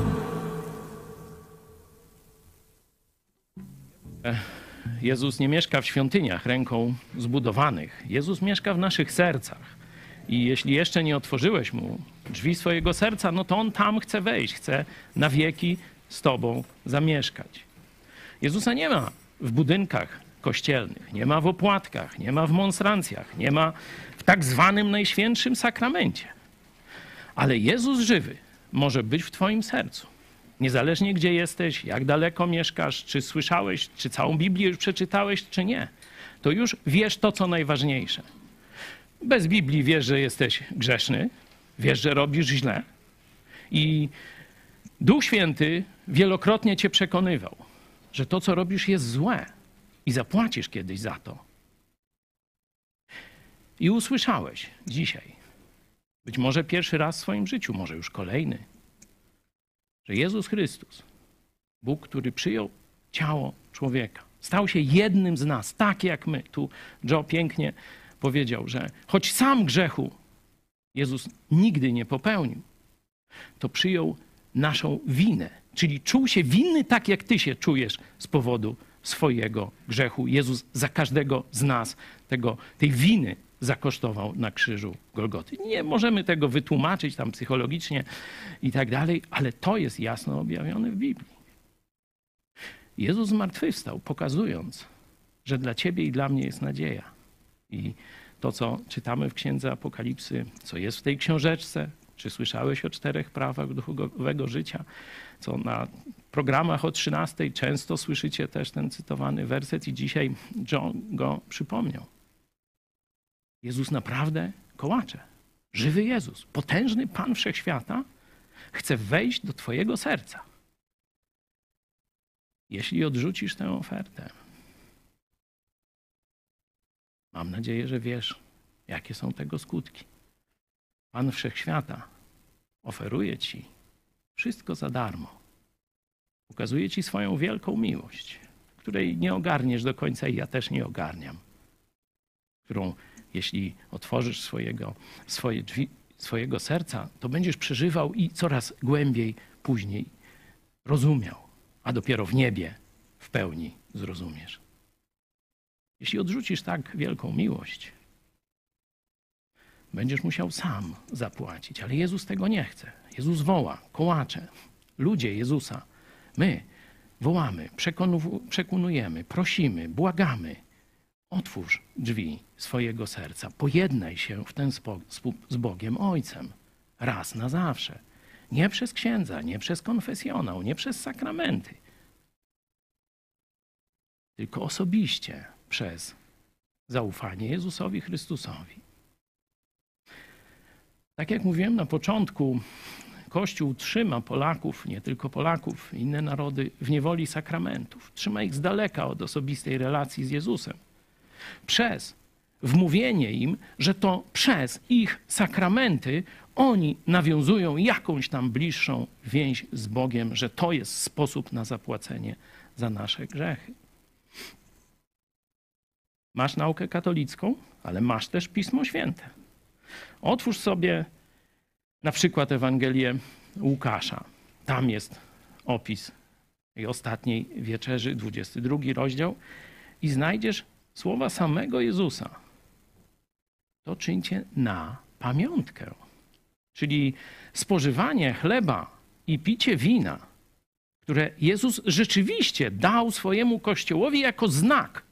Jezus nie mieszka w świątyniach ręką zbudowanych. Jezus mieszka w naszych sercach. I jeśli jeszcze nie otworzyłeś Mu drzwi swojego serca, no to On tam chce wejść, chce na wieki z Tobą zamieszkać. Jezusa nie ma w budynkach kościelnych, nie ma w opłatkach, nie ma w monstrancjach, nie ma w tak zwanym Najświętszym Sakramencie. Ale Jezus żywy może być w Twoim sercu. Niezależnie gdzie jesteś, jak daleko mieszkasz, czy słyszałeś, czy całą Biblię już przeczytałeś, czy nie, to już wiesz to, co najważniejsze. Bez Biblii wiesz, że jesteś grzeszny, wiesz, że robisz źle i Duch Święty wielokrotnie cię przekonywał, że to, co robisz, jest złe i zapłacisz kiedyś za to. I usłyszałeś dzisiaj, być może pierwszy raz w swoim życiu, może już kolejny, że Jezus Chrystus, Bóg, który przyjął ciało człowieka, stał się jednym z nas, tak jak my. Tu Joe pięknie powiedział, że choć sam grzechu Jezus nigdy nie popełnił, to przyjął naszą winę, czyli czuł się winny tak, jak ty się czujesz z powodu swojego grzechu. Jezus za każdego z nas tej winy zakosztował na krzyżu Golgoty. Nie możemy tego wytłumaczyć tam psychologicznie i tak dalej, ale to jest jasno objawione w Biblii. Jezus zmartwychwstał, pokazując, że dla ciebie i dla mnie jest nadzieja. I to, co czytamy w Księdze Apokalipsy, co jest w tej książeczce, czy słyszałeś o 4 prawach duchowego życia, co na programach o 13 często słyszycie też ten cytowany werset i dzisiaj John go przypomniał. Jezus naprawdę kołacze. Żywy Jezus, potężny Pan Wszechświata chce wejść do twojego serca. Jeśli odrzucisz tę ofertę, mam nadzieję, że wiesz, jakie są tego skutki. Pan Wszechświata oferuje ci wszystko za darmo. Pokazuje ci swoją wielką miłość, której nie ogarniesz do końca i ja też nie ogarniam. Którą, jeśli otworzysz swoje drzwi swojego serca, to będziesz przeżywał i coraz głębiej później rozumiał, a dopiero w niebie w pełni zrozumiesz. Jeśli odrzucisz tak wielką miłość, będziesz musiał sam zapłacić, ale Jezus tego nie chce. Jezus woła, kołacze. Ludzie Jezusa, my wołamy, przekonujemy, prosimy, błagamy. Otwórz drzwi swojego serca. Pojednaj się w ten sposób z Bogiem Ojcem. Raz na zawsze. Nie przez księdza, nie przez konfesjonał, nie przez sakramenty. Tylko osobiście przez zaufanie Jezusowi Chrystusowi. Tak jak mówiłem na początku, Kościół trzyma Polaków, nie tylko Polaków, inne narody w niewoli sakramentów. Trzyma ich z daleka od osobistej relacji z Jezusem. Przez wmówienie im, że to przez ich sakramenty oni nawiązują jakąś tam bliższą więź z Bogiem, że to jest sposób na zapłacenie za nasze grzechy. Masz naukę katolicką, ale masz też Pismo Święte. Otwórz sobie na przykład Ewangelię Łukasza. Tam jest opis tej ostatniej wieczerzy, 22 rozdział i znajdziesz słowa samego Jezusa. To czyńcie na pamiątkę. Czyli spożywanie chleba i picie wina, które Jezus rzeczywiście dał swojemu Kościołowi jako znak,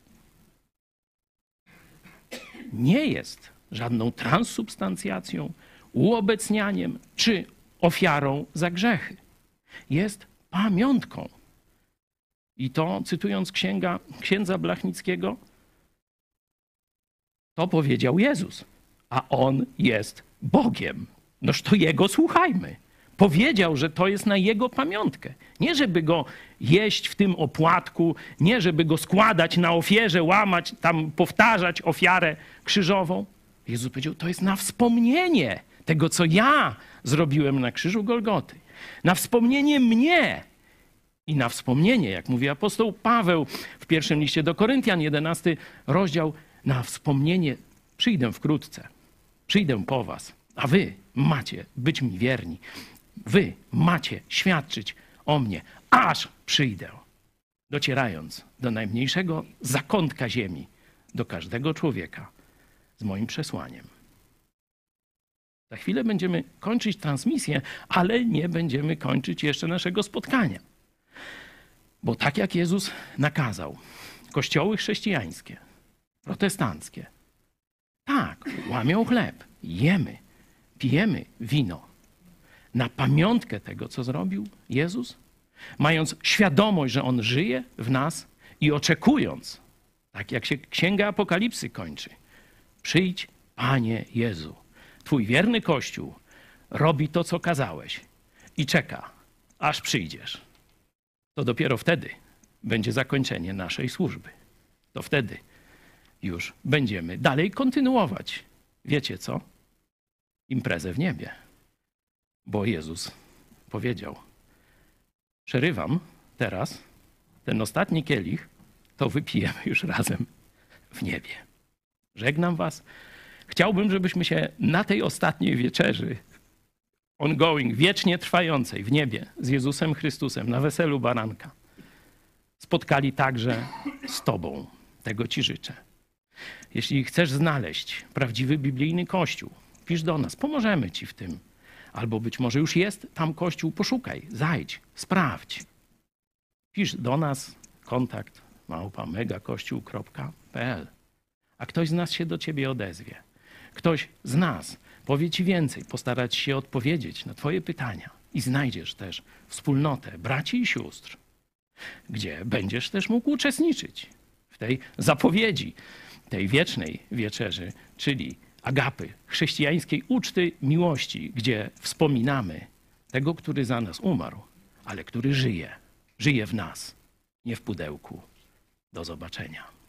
nie jest żadną transsubstancjacją, uobecnianiem czy ofiarą za grzechy. Jest pamiątką. I to, cytując księdza Blachnickiego, to powiedział Jezus, a On jest Bogiem. Noż to Jego słuchajmy. Powiedział, że to jest na Jego pamiątkę. Nie żeby go jeść w tym opłatku, nie żeby go składać na ofierze, łamać, tam powtarzać ofiarę krzyżową. Jezus powiedział, to jest na wspomnienie tego, co ja zrobiłem na krzyżu Golgoty. Na wspomnienie mnie i na wspomnienie, jak mówi apostoł Paweł w pierwszym liście do Koryntian, 11 rozdział, na wspomnienie przyjdę wkrótce, przyjdę po was, a wy macie być mi wierni. Wy macie świadczyć o mnie, aż przyjdę, docierając do najmniejszego zakątka ziemi, do każdego człowieka z moim przesłaniem. Za chwilę będziemy kończyć transmisję, ale nie będziemy kończyć jeszcze naszego spotkania. Bo tak jak Jezus nakazał, kościoły chrześcijańskie, protestanckie, tak, łamią chleb, jemy, pijemy wino, na pamiątkę tego, co zrobił Jezus, mając świadomość, że On żyje w nas i oczekując, tak jak się Księga Apokalipsy kończy, przyjdź, Panie Jezu. Twój wierny Kościół robi to, co kazałeś i czeka, aż przyjdziesz. To dopiero wtedy będzie zakończenie naszej służby. To wtedy już będziemy dalej kontynuować. Wiecie co? Imprezę w niebie. Bo Jezus powiedział, przerywam teraz ten ostatni kielich, to wypijemy już razem w niebie. Żegnam was. Chciałbym, żebyśmy się na tej ostatniej wieczerzy ongoing, wiecznie trwającej w niebie z Jezusem Chrystusem na weselu baranka spotkali także z Tobą. Tego Ci życzę. Jeśli chcesz znaleźć prawdziwy biblijny Kościół, pisz do nas, pomożemy Ci w tym. Albo być może już jest tam Kościół, poszukaj, zajdź, sprawdź. Pisz do nas kontakt @megakościół.pl. A ktoś z nas się do Ciebie odezwie. Ktoś z nas powie Ci więcej, postarać się odpowiedzieć na Twoje pytania. I znajdziesz też wspólnotę braci i sióstr, gdzie będziesz też mógł uczestniczyć w tej zapowiedzi, tej wiecznej wieczerzy, czyli agapy, chrześcijańskiej uczty miłości, gdzie wspominamy tego, który za nas umarł, ale który żyje. Żyje w nas, nie w pudełku. Do zobaczenia.